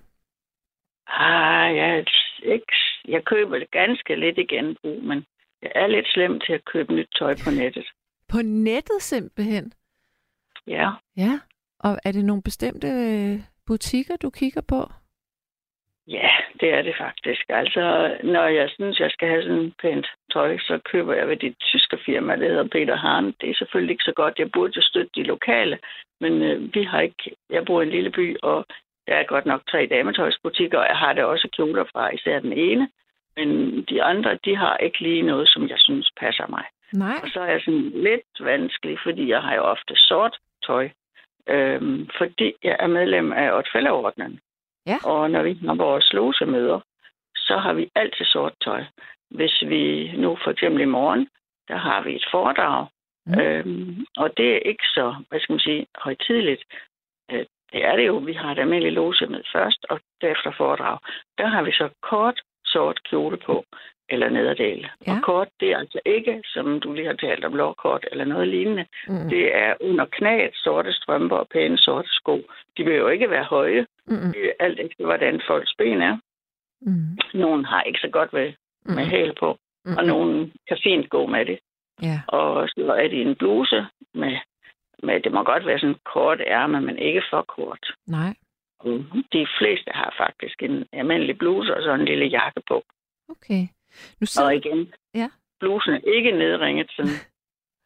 Jeg køber det ganske lidt i genbrug, men jeg er lidt slem til at købe nyt tøj på nettet. På nettet simpelthen? Ja. Ja. Og er det nogle bestemte butikker, du kigger på? Ja, det er det faktisk. Altså, når jeg synes, jeg skal have sådan pænt tøj, så køber jeg ved det tyske firma, der hedder Peter Hahn. Det er selvfølgelig ikke så godt. Jeg burde jo støtte de lokale, men vi har ikke. Jeg bor i en lille by, og der er godt nok 3 dametøjsbutikker, og jeg har der også kjoler fra, især den ene. Men de andre, de har ikke lige noget, som jeg synes passer mig. Nej. Og så er jeg sådan lidt vanskelig, fordi jeg har jo ofte sort tøj. Fordi jeg er medlem af Oddfellow-ordenen. Ja. Og når vi har vores logemøder, så har vi altid sort tøj. Hvis vi nu for eksempel i morgen, der har vi et foredrag. Og det er ikke så, højtideligt. Det er det jo, vi har et almindeligt logemøde først, og derefter foredrag. Der har vi så kort sort kjole på, eller nederdel. Ja. Og kort, det er altså ikke, som du lige har talt om, lårkort eller noget lignende. Det er under knæet, sorte strømper og pæne sorte sko. De vil jo ikke være høje. Det er alt efter, hvordan folks ben er. Nogen har ikke så godt med hæl på, og nogen kan fint gå med det. Ja. Og så er det en bluse med det må godt være sådan kort ærme, men ikke for kort. Nej. De fleste har faktisk en almindelig bluse og så en lille jakke på. Okay. Og igen, blusen er ikke nedringet sådan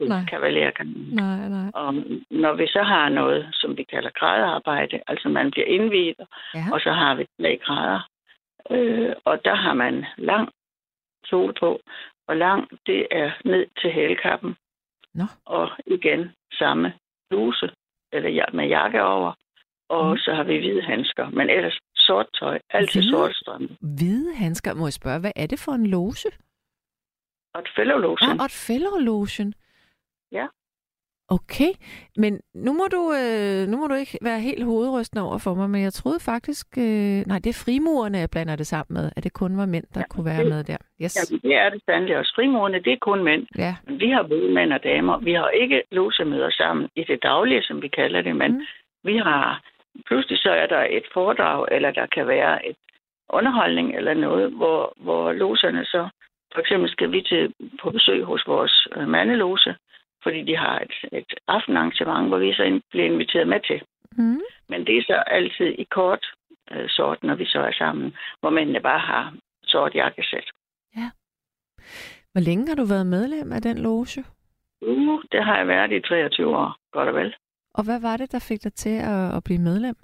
kavalergangen. Nej. Og når vi så har noget, som vi kalder gradearbejde, altså man bliver indviet, og så har vi 3 grader. Og der har man lang kjole på, og lang, det er ned til hælkappen. Nå. Og igen samme bluse, eller med jakke over, og så har vi hvide handsker. Men ellers sort tøj, altid sorte strømpe. Hvide handsker? Må jeg spørge, hvad er det for en loge? Oddfellow-logen. Oddfellow-logen. Ja. Okay, men nu må du ikke være helt hovedrystende over for mig, men jeg troede faktisk... nej, det er frimurerne, jeg blander det sammen med, at det kun var mænd, der kunne være med der. Yes. Jamen, det er det sandelig også. Frimurerne, det er kun mænd. Ja. Vi har både mænd og damer. Vi har ikke logemøder sammen i det daglige, som vi kalder det, men vi har... Pludselig så er der et foredrag, eller der kan være et underholdning eller noget, hvor logerne så... For eksempel skal vi på besøg hos vores mandeloge, fordi de har et aftenarrangement, hvor vi så bliver inviteret med til. Men det er så altid i kort sort, når vi så er sammen, hvor mændene bare har sort jakkesæt. Ja. Hvor længe har du været medlem af den loge? Det har jeg været i 23 år, godt og vel. Og hvad var det, der fik dig til at blive medlem?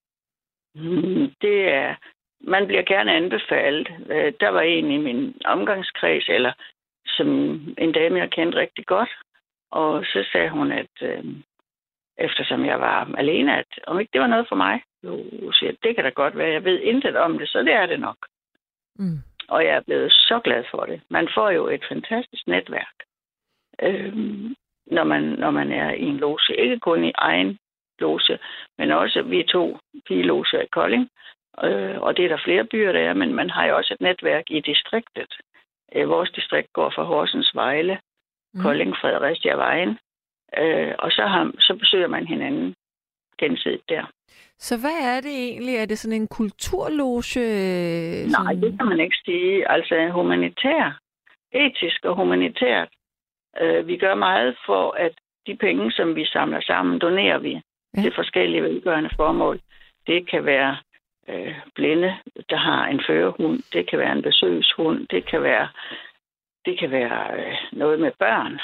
Det er... Man bliver gerne anbefalet. Der var en i min omgangskreds, eller som en dame, jeg kendte rigtig godt. Og så sagde hun, at eftersom jeg var alene, at om ikke det var noget for mig, jo siger, det kan da godt være, jeg ved intet om det, så det er det nok. Og jeg er blevet så glad for det. Man får jo et fantastisk netværk, når man er i en loge. Ikke kun i egen loge, men også vi 2 pigeloger i Kolding. Og det er der flere byer, der er, men man har jo også et netværk i distriktet. Vores distrikt går fra Horsens, Vejle, Kolding, Fredericia, Vejen. Og så besøger man hinanden gensidigt der. Så hvad er det egentlig? Er det sådan en kulturloge? Nej, det kan man ikke sige. Altså humanitær, etisk og humanitært. Vi gør meget for, at de penge, som vi samler sammen, donerer vi til forskellige velgørende formål. Det kan være blinde, der har en førerhund. Det kan være en besøgshund. Det kan være noget med børn.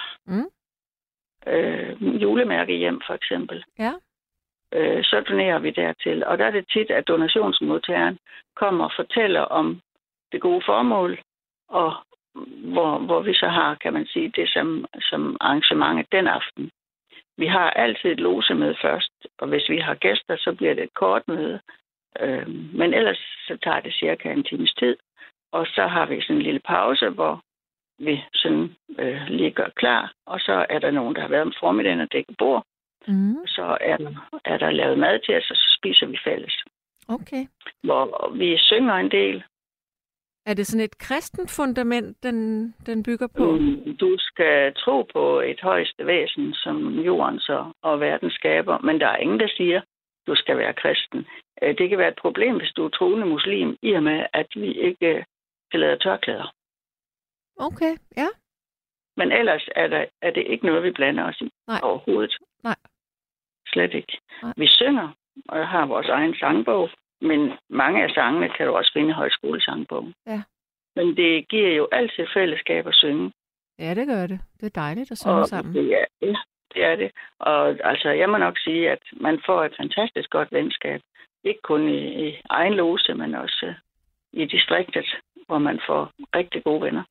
Julemærkehjem for eksempel. Ja. Så donerer vi dertil. Og der er det tit, at donationsmodtageren kommer og fortæller om det gode formål, og hvor vi så har, kan man sige, det som arrangementet den aften. Vi har altid et logemøde først, og hvis vi har gæster, så bliver det et kort møde. Men ellers så tager det cirka en times tid, og så har vi sådan en lille pause, hvor vi sådan lige gør klar, og så er der nogen, der har været om formiddagen og dækket bord. Så er der lavet mad til os, og så spiser vi fælles. Okay. Hvor vi synger en del. Er det sådan et kristent fundament, den bygger på? Du skal tro på et højeste væsen, som jorden og verden skaber, men der er ingen, der siger, du skal være kristen. Det kan være et problem, hvis du er troende muslim, i og med, at vi ikke tillader tørklæder. Okay, ja. Men ellers er det ikke noget, vi blander os i overhovedet. Nej. Slet ikke. Nej. Vi synger og har vores egen sangbog, men mange af sangene kan du også finde i højskolesangbogen. Ja. Men det giver jo altid fællesskab at synge. Ja, det gør det. Det er dejligt at synge sammen. Det er det. Og altså, jeg må nok sige, at man får et fantastisk godt venskab. Ikke kun i egen loge, men også i distriktet, hvor man får rigtig gode venner.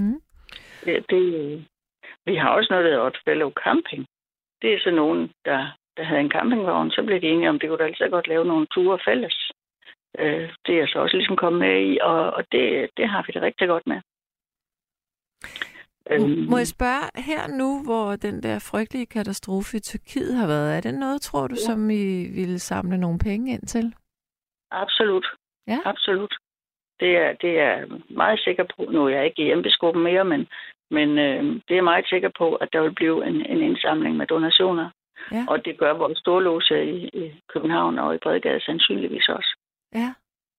Vi har også noget, der hedder Oddfellow Camping. Det er så nogen, der havde en campingvogn, så blev de enige om, det kunne da altså godt lave nogle ture fælles. Det er så også ligesom kommet med i, og det har vi det rigtig godt med. Må jeg spørge her nu, hvor den der frygtelige katastrofe i Tyrkiet har været, er det noget, tror du, som I ville samle nogle penge ind til? Absolut. Ja? Absolut. Det er meget sikker på. Nu er jeg ikke i embedsgruppen mere, men det er meget sikker på, at der vil blive en indsamling med donationer. Ja. Og det gør vores storloge i København og i Bredgade sandsynligvis også. Ja.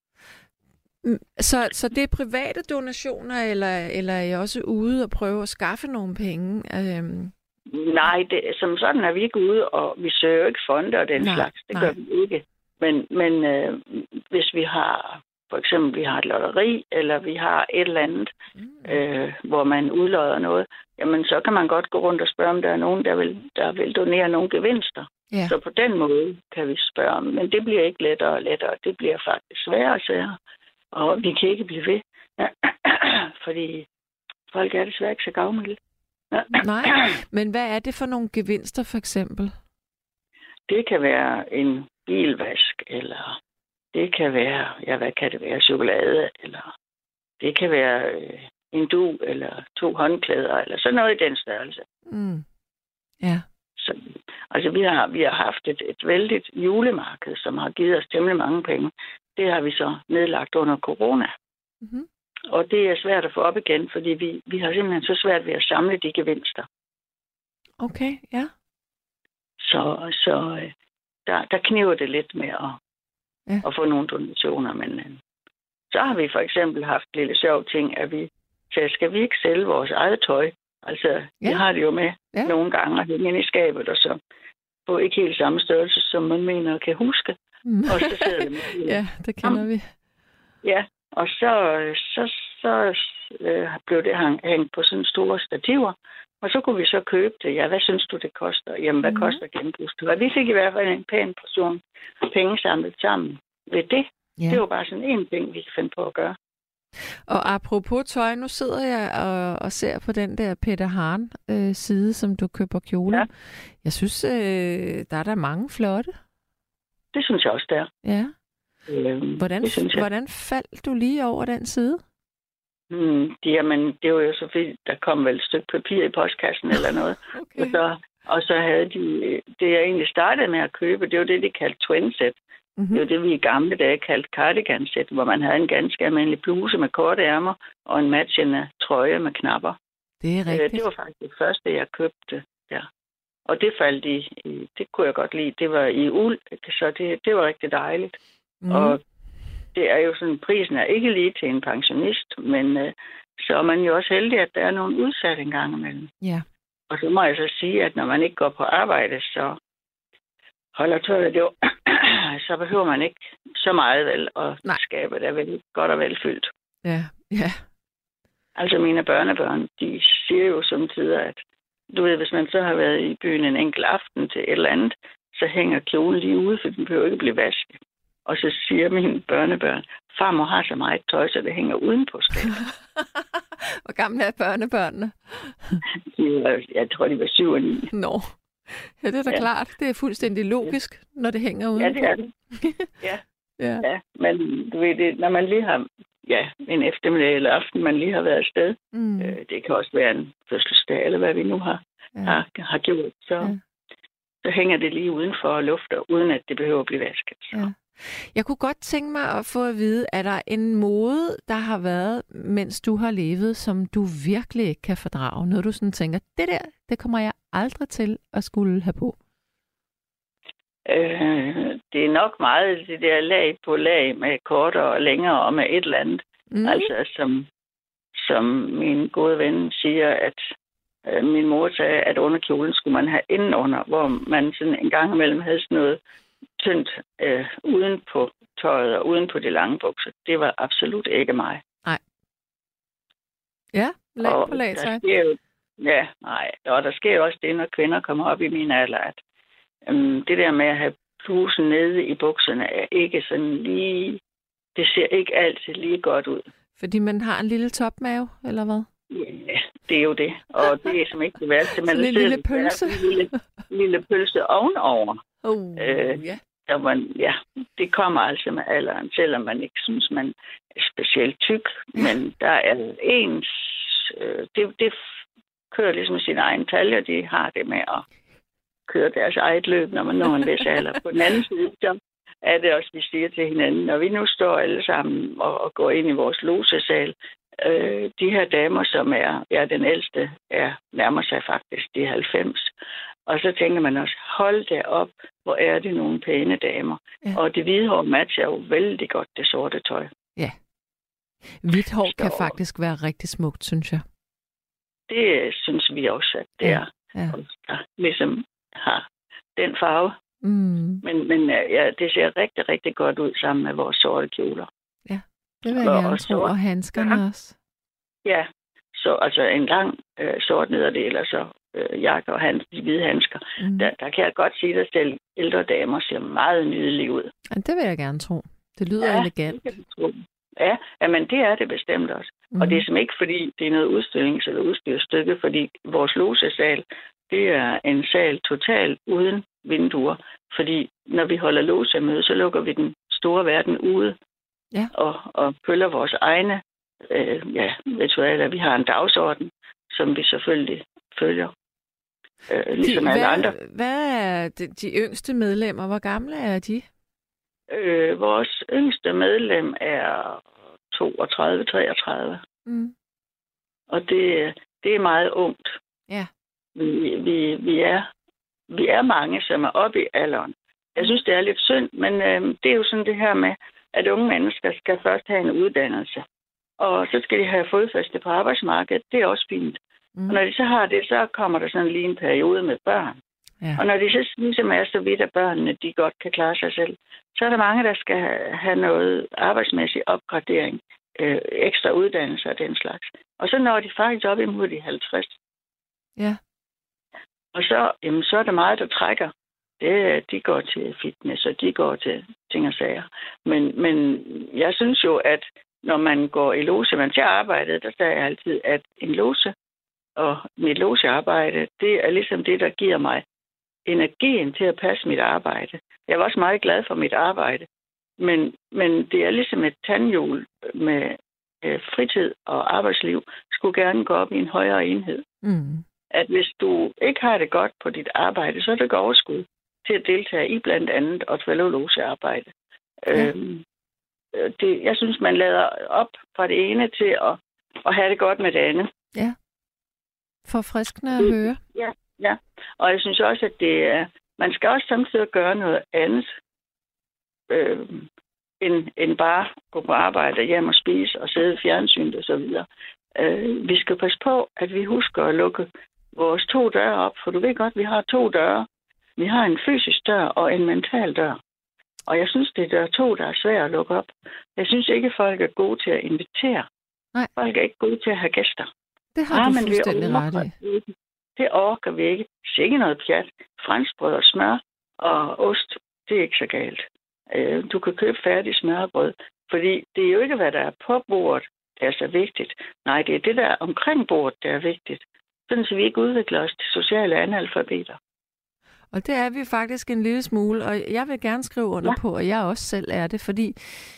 Så det er private donationer, eller er I også ude og prøve at skaffe nogle penge? Nej, som sådan er vi ikke ude, og vi søger ikke fonde og den slags. Det gør vi ikke. Men hvis vi har for eksempel vi har et lotteri, eller vi har et eller andet, hvor man udlodder noget, jamen så kan man godt gå rundt og spørge, om der er nogen, der vil donere nogle gevinster. Ja. Så på den måde kan vi spørge, men det bliver ikke lettere og lettere. Det bliver faktisk sværere og sværere. Og vi kan ikke blive ved, fordi folk er desværre ikke så gavmilde. Nej, men hvad er det for nogle gevinster for eksempel? Det kan være en bilvask, eller det kan være, hvad kan det være, chokolade, eller det kan være en dug, eller 2 håndklæder, eller sådan noget i den størrelse. Ja. Så, altså vi har haft et vældigt julemarked, som har givet os temmelig mange penge. Det har vi så nedlagt under corona. Mm-hmm. Og det er svært at få op igen, fordi vi har simpelthen så svært ved at samle de gevinster. Okay, ja. Så der kniver det lidt med at få nogle donationer. Men så har vi for eksempel haft en lille sjov ting, at vi sagde, skal vi ikke sælge vores eget tøj? Altså, vi har det jo med nogle gange at hænge ind i skabet, og så på ikke helt samme størrelse, som man mener kan huske. Og så sidder det med. Ja, det kender vi. Ja, og så blev det hængt på sådan store stativer, og så kunne vi så købe det. Ja, hvad synes du, det koster? Jamen, hvad koster genbrugstøj? Vi fik i hvert fald en pæn portion penge samlet sammen ved det. Ja. Det var bare sådan en ting, vi kan finde på at gøre. Og apropos tøj, nu sidder jeg og ser på den der Peter Hahn side, som du køber kjoler. Ja. Jeg synes, der er der mange flotte. Det synes jeg også, der. Ja. Hvordan faldt du lige over den side? Jamen, det var jo så fordi, der kom vel et stykke papir i postkassen eller noget. Okay. Og så havde de, det jeg egentlig startede med at købe, det var det, de kaldte twin-set. Mm-hmm. Det var det, vi i gamle dage kaldte cardigan-set, hvor man havde en ganske almindelig bluse med korte ærmer og en matchende trøje med knapper. Det er rigtigt. Det var faktisk det første, jeg købte der. Og det faldt det kunne jeg godt lide. Det var i uld, så det var rigtig dejligt. Mm. Og det er jo sådan, prisen er ikke lige til en pensionist, men så er man jo også heldig, at der er nogen udsat en gang imellem. Ja. Og så må jeg så sige, at når man ikke går på arbejde, så holder tøjet jo, så behøver man ikke så meget vel, og skabet er vel godt og velfyldt. Ja, ja. Altså mine børnebørn, de siger jo samtidig, at du ved, hvis man så har været i byen en enkelt aften til et eller andet, så hænger kjolen lige ude, for den behøver ikke blive vasket. Og så siger mine børnebørn, farmor har så meget tøj, så det hænger uden på skabet. Hvor gamle er børnebørnene? Jeg tror, de var 7 og 9. Nå, ja, det er da klart. Det er fuldstændig logisk, når det hænger udenpå. Ja, det er det. Ja, men du ved det, når man lige har en eftermiddag eller aften, man lige har været afsted. Det kan også være en fødselsdag, eller hvad vi nu har gjort. Så hænger det lige udenfor og lufter, uden at det behøver at blive vasket. Ja. Jeg kunne godt tænke mig at få at vide, er der en mode, der har været, mens du har levet, som du virkelig ikke kan fordrage? Noget du sådan tænker, det kommer jeg aldrig til at skulle have på. Det er nok meget det der lag på lag med kortere og længere og med et eller andet. Altså som min gode ven siger, at min mor sagde, at under kjolen skulle man have indenunder, hvor man sådan en gang imellem havde sådan noget tyndt uden på tøjet og uden på de lange bukser. Det var absolut ikke mig. Nej. Ja, lag på lag, så. Og der sker jo også det, når kvinder kommer op i min alder, at det der med at have blusen nede i bukserne er ikke sådan lige... Det ser ikke altid lige godt ud. Fordi man har en lille topmave, eller hvad? Ja, det er jo det. Og det er som ikke det værste. Sådan en lille pølse? En lille pølse ovenover. Det kommer altså med alderen, selvom man ikke synes, man er specielt tyk. Men der er ens... Det kører ligesom sin egen talje, de har det med at køre deres eget løb, når man når en vis alder. På den anden side, så er det også, vi siger til hinanden, når vi nu står alle sammen og går ind i vores losesal, de her damer, som er den ældste, nærmer sig faktisk de 90. Og så tænker man også, hold da op, hvor er det nogle pæne damer. Ja. Og det hvide hår matcher jo vældig godt det sorte tøj. Ja. Hvidt hår kan faktisk være rigtig smukt, synes jeg. Det synes vi også, at det er. Ja. Der ligesom har den farve. Men det ser rigtig, rigtig godt ud sammen med vores sorte kjoler. Ja, Det vil jeg gerne tro, og handskerne også. Ja, så altså en lang sort nederdel, altså jakke og de hvide handsker. Der kan jeg godt sige dig selv, ældre damer ser meget nydelige ud. Ja, det vil jeg gerne tro. Det lyder elegant. Det kan du tro. Ja, men det er det bestemt også. Og det er simpelthen ikke, fordi det er noget udstillings- eller udstyrsstykke, fordi vores logesal, det er en sal totalt uden vinduer. Fordi når vi holder logemøde, så lukker vi den store verden ude og følger vores egne ritualer. Vi har en dagsorden, som vi selvfølgelig følger. Ligesom alle andre. Hvad er de yngste medlemmer? Hvor gamle er de? Vores yngste medlem er 32-33. Og det er meget ungt. Ja. Vi er mange, som er oppe i alderen. Jeg synes, det er lidt synd, men det er jo sådan det her med, at unge mennesker skal først have en uddannelse. Og så skal de have fodfæste på arbejdsmarkedet. Det er også fint. Og når de så har det, så kommer der sådan lige en periode med børn. Ja. Og når de så ligesom er så vidt, at børnene de godt kan klare sig selv, så er der mange, der skal have noget arbejdsmæssig opgradering, ekstra uddannelse og den slags. Og så når de faktisk op imod de 50. Ja. Og så er der meget, der trækker. De går til fitness, og de går til ting og sager. Men jeg synes jo, at når man går i loge, til arbejdet, der sagde jeg altid, at en loge og mit logearbejde, det er ligesom det, der giver mig energien til at passe mit arbejde. Jeg var også meget glad for mit arbejde, men det er ligesom et tandhjul med fritid og arbejdsliv, skulle gerne gå op i en højere enhed. At hvis du ikke har det godt på dit arbejde, så er det ikke overskud til at deltage i blandt andet og logearbejde. Jeg synes, man lader op fra det ene til at have det godt med det andet. Ja. Forfriskende at høre. Ja. Og jeg synes også, at man skal også samtidig gøre noget andet, end bare gå på arbejde, hjem og spise og sidde i fjernsynet og så videre. Vi skal passe på, at vi husker at lukke vores 2 døre op, for du ved godt, vi har 2 døre. Vi har en fysisk dør og en mental dør. Og jeg synes, det er dør 2, der er svært at lukke op. Jeg synes ikke, folk er gode til at invitere. Nej. Folk er ikke gode til at have gæster. Det har du fuldstændig ret i. Det orker vi ikke. Det er ikke noget pjat. Franskbrød og smør og ost, det er ikke så galt. Du kan købe færdig smørbrød, fordi det er jo ikke, hvad der er på bordet, der er så vigtigt. Nej, det er det, der er omkring bordet, der er vigtigt. Sådan så vi ikke udvikler os til sociale analfabeter. Og det er vi faktisk en lille smule, og jeg vil gerne skrive under på, at jeg også selv er det, fordi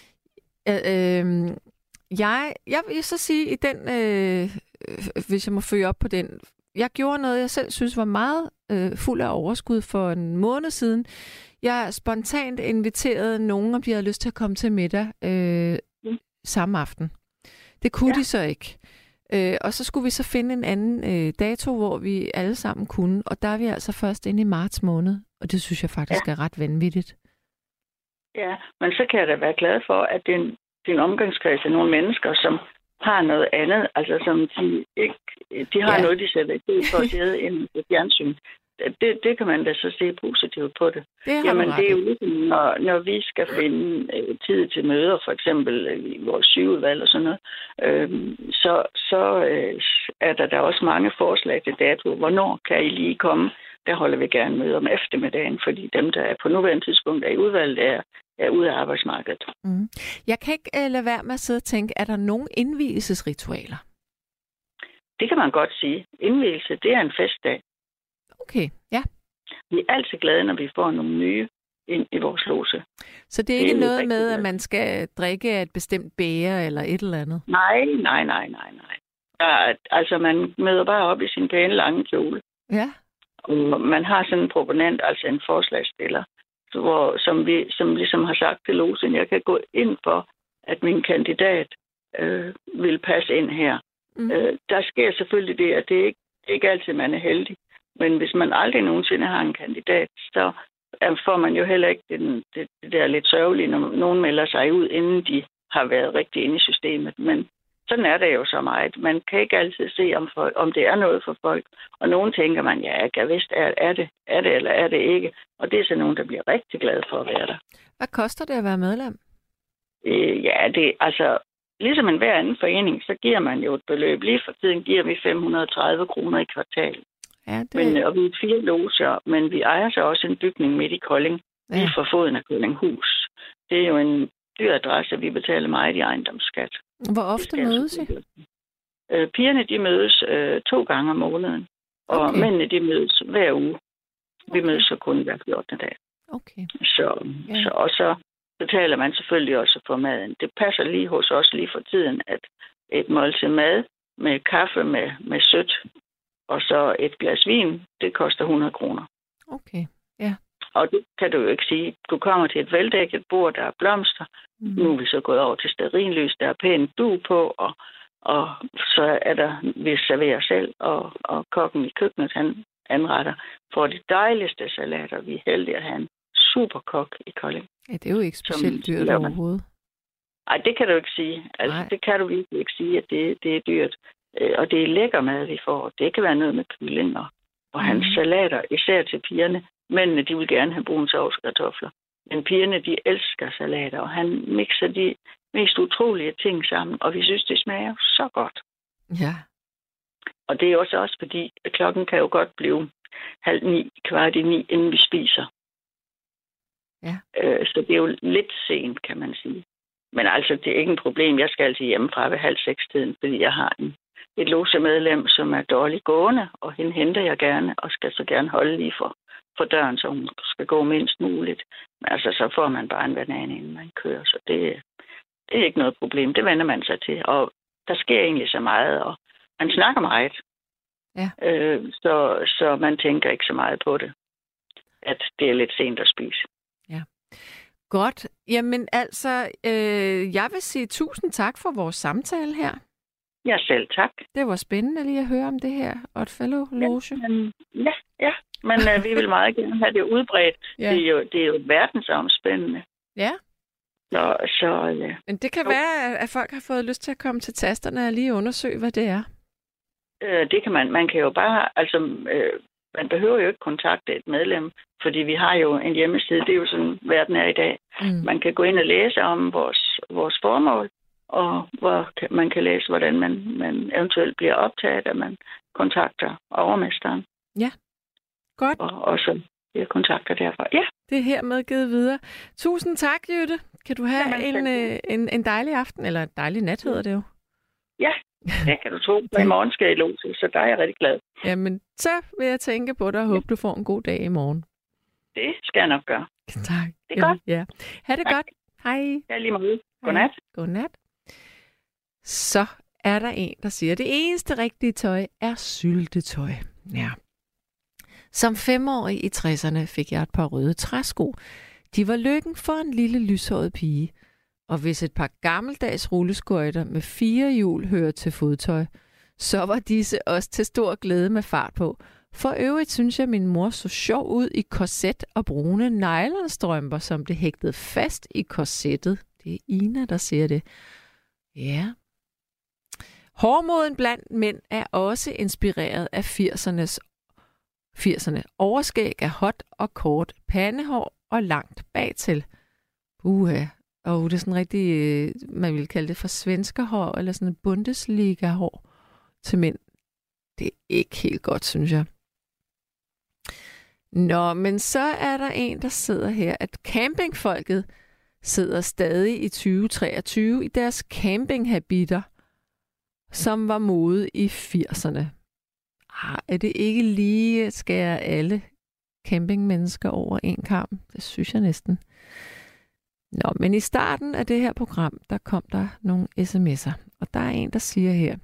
jeg vil så sige, i den, hvis jeg må følge op på den, jeg gjorde noget, jeg selv synes var meget fuld af overskud for en måned siden. Jeg spontant inviterede nogen, om de havde lyst til at komme til middag samme aften. Det kunne de så ikke. Og så skulle vi så finde en anden dato, hvor vi alle sammen kunne. Og der er vi altså først inde i marts måned. Og det synes jeg faktisk er ret vanvittigt. Ja, men så kan jeg da være glad for, at din omgangskreds er nogle mennesker, som har noget andet. Altså som de har noget, de sætter i for at sidde inde i fjernsyn. Det kan man da så se positivt på det. Jamen, det er jo ligesom, når vi skal finde tid til møder, for eksempel i vores sygeudvalg og sådan noget, så er der også mange forslag til dato. Hvornår kan I lige komme? Der holder vi gerne møder om eftermiddagen, fordi dem, der er på nuværende tidspunkt er i udvalget, er ude af arbejdsmarkedet. Jeg kan ikke lade være med at sidde og tænke, er der nogen indvielsesritualer? Det kan man godt sige. Indvielse, det er en festdag. Okay, ja. Vi er altid glade, når vi får nogle nye ind i vores loge. Så det er ikke noget med, at man skal drikke af et bestemt bæger eller et eller andet? Nej. Altså, man møder bare op i sin pæne lange kjole. Ja. Og man har sådan en proponent, altså en forslagsstiller, som ligesom har sagt til logen, jeg kan gå ind for, at min kandidat vil passe ind her. Der sker selvfølgelig det, at det ikke altid, man er heldig. Men hvis man aldrig nogensinde har en kandidat, så får man jo heller ikke det der lidt sørgelige, når nogen melder sig ud, inden de har været rigtig inde i systemet. Men sådan er det jo så meget. Man kan ikke altid se, om det er noget for folk. Og nogen tænker man, ja, jeg vidst, er det eller er det ikke. Og det er så nogen, der bliver rigtig glade for at være der. Hvad koster det at være medlem? Ja, ligesom enhver anden forening, så giver man jo et beløb. Lige for tiden giver vi 530 kroner i kvartal. Ja, det... Og vi er 4 loger, men vi ejer så også en bygning midt i Kolding, lige for foden af Koldinghus. Det er jo en dyr adresse, vi betaler meget i ejendomsskat. Hvor ofte mødes I? Pigerne, de mødes 2 gange om måneden, og mændene, de mødes hver uge. Vi mødes så kun hver 14. dag. Okay. Så betaler man selvfølgelig også for maden. Det passer lige hos os lige for tiden, at et måltid mad med kaffe med sødt, og så et glas vin, det koster 100 kroner. Okay, ja. Og det kan du jo ikke sige. Du kommer til et veldækket bord, der er blomster. Nu er vi så gået over til stearinlys, der er pænt dug på, og så er der, vi serverer selv, og kokken i køkkenet, han anretter for de dejligste salater. Vi er heldige at have en superkok i Kolding. Ja, det er jo ikke specielt dyrt overhovedet. Nej, det kan du ikke sige. Altså, det kan du virkelig ikke sige, at det er dyrt. Og det er lækker mad, vi får. Det kan være noget med kyllinger og hans salater, især til pigerne. Mændene, de vil gerne have brun sovs og kartofler. Men pigerne, de elsker salater, og han mixer de mest utrolige ting sammen, og vi synes, det smager så godt. Ja. Og det er også fordi, at klokken kan jo godt blive 8:30, 8:45, inden vi spiser. Ja. Så det er jo lidt sent, kan man sige. Men altså, det er ikke en problem. Jeg skal altid hjemmefra ved 5:30, fordi jeg har et logemedlem, som er dårligt gående, og hende henter jeg gerne, og skal så gerne holde lige for døren, så hun skal gå mindst muligt. Men altså, så får man bare en banan, inden man kører, så det er ikke noget problem. Det vender man sig til, og der sker egentlig så meget, og man snakker meget. Ja. Så man tænker ikke så meget på det, at det er lidt sent at spise. Ja. Godt. Jamen altså, jeg vil sige 1000 tak for vores samtale her. Ja, selv tak. Det var spændende lige at høre om det her Oddfellow-loge. Ja. Men vi vil meget gerne have det udbredt. Ja. Det er jo verdensomspændende. Ja. Så men det kan være, at folk har fået lyst til at komme til tasterne og lige undersøge, hvad det er. Det kan man. Man kan jo bare, man behøver jo ikke kontakte et medlem, fordi vi har jo en hjemmeside. Det er jo sådan, verden er i dag. Man kan gå ind og læse om vores formål, og hvor man kan læse, hvordan man eventuelt bliver optaget, at man kontakter overmesteren. Ja, godt. Og så bliver kontakter derfra. Ja. Det er hermed givet videre. 1000 tak, Jytte. Kan du have en dejlig aften, eller en dejlig nat, hedder det jo. Ja, det kan du tro. I morgen skal jeg i loge, så der er jeg rigtig glad. Jamen, så vil jeg tænke på dig og håbe, du får en god dag i morgen. Det skal jeg nok gøre. Tak. Det er godt. Ja. Ha' det godt. Hej. Ja, lige måde. Godnat. Godnat. Så er der en, der siger, at det eneste rigtige tøj er syltetøj. Ja. Som 5-årig i 60'erne fik jeg et par røde træsko. De var lykken for en lille lyshåret pige. Og hvis et par gammeldags rulleskøjter med 4 hjul hører til fodtøj, så var disse også til stor glæde med fart på. For øvrigt synes jeg, min mor så sjov ud i korset og brune nylonstrømper, som blev hægtet fast i korsettet. Det er Ina, der siger det. Ja. Hårmoden blandt mænd er også inspireret af 80'erne. Overskæg er hot og kort, pandehår og langt bagtil. Og det er sådan rigtig, man vil kalde det for svenskerhår, eller sådan en Bundesliga-hår til mænd. Det er ikke helt godt, synes jeg. Nå, men så er der en, der sidder her, at campingfolket sidder stadig i 2023 i deres campinghabiter, som var mode i 80'erne. Er det ikke lige at skære alle campingmennesker over en kam? Det synes jeg næsten. Nå, men i starten af det her program, der kom der nogle sms'er. Og der er en, der siger her.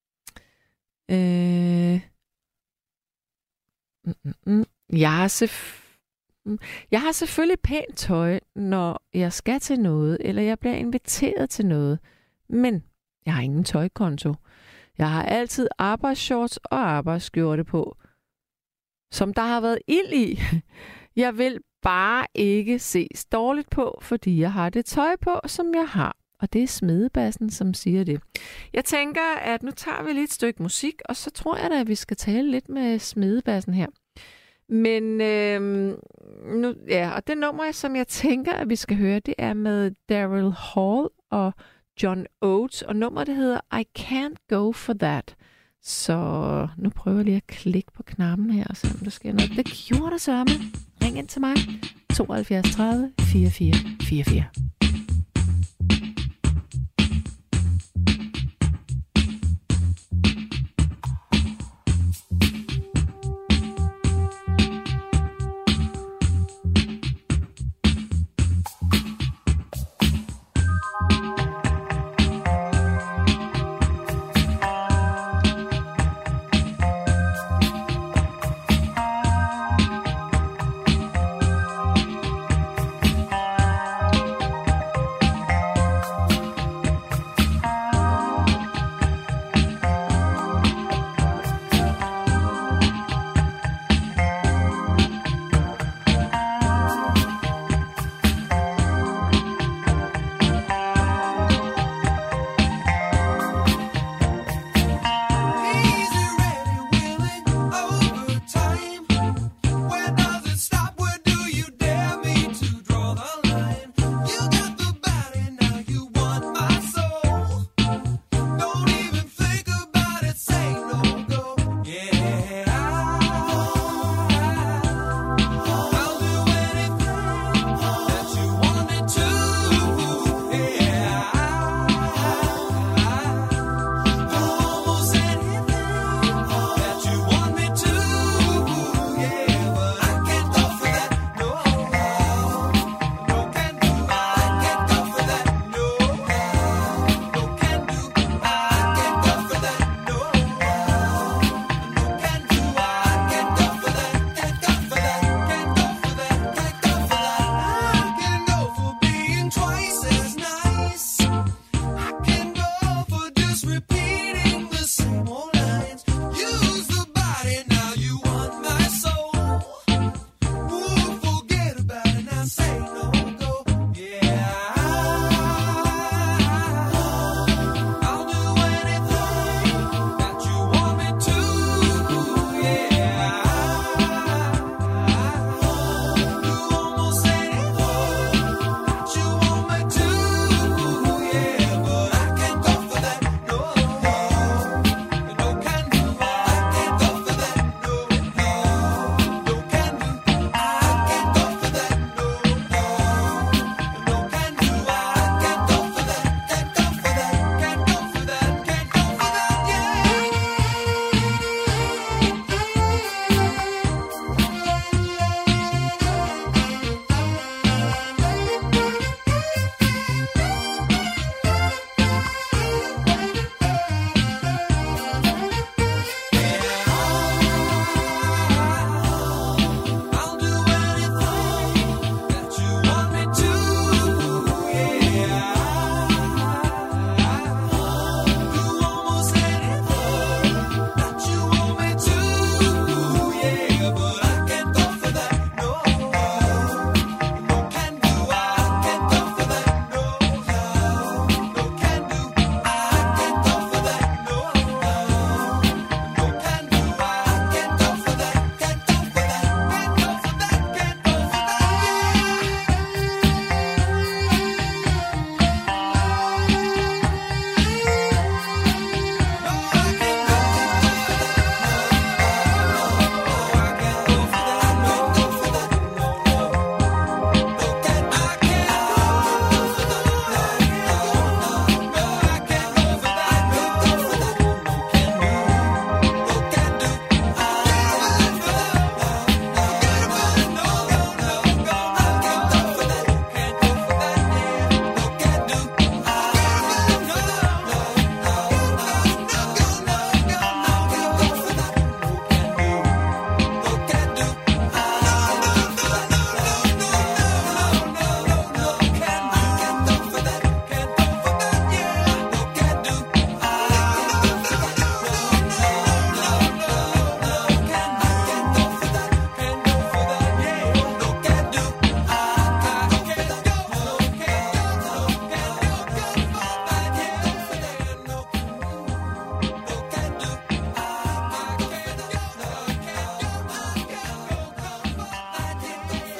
Jeg har selvfølgelig pænt tøj, når jeg skal til noget, eller jeg bliver inviteret til noget. Men jeg har ingen tøjkonto. Jeg har altid arbejdsshorts og arbejdsskjorte på, som der har været ild i. Jeg vil bare ikke ses dårligt på, fordi jeg har det tøj på, som jeg har. Og det er Smedebassen, som siger det. Jeg tænker, at nu tager vi lidt et stykke musik, og så tror jeg da, at vi skal tale lidt med Smedebassen her. Men nu, ja, og det nummer, som jeg tænker, at vi skal høre, det er med Daryl Hall og John Oates, og nummeret det hedder I Can't Go For That. Så nu prøver jeg lige at klikke på knappen her, og se om der sker noget. Det gjorde der sørme. Ring ind til mig. 72 30 44 44.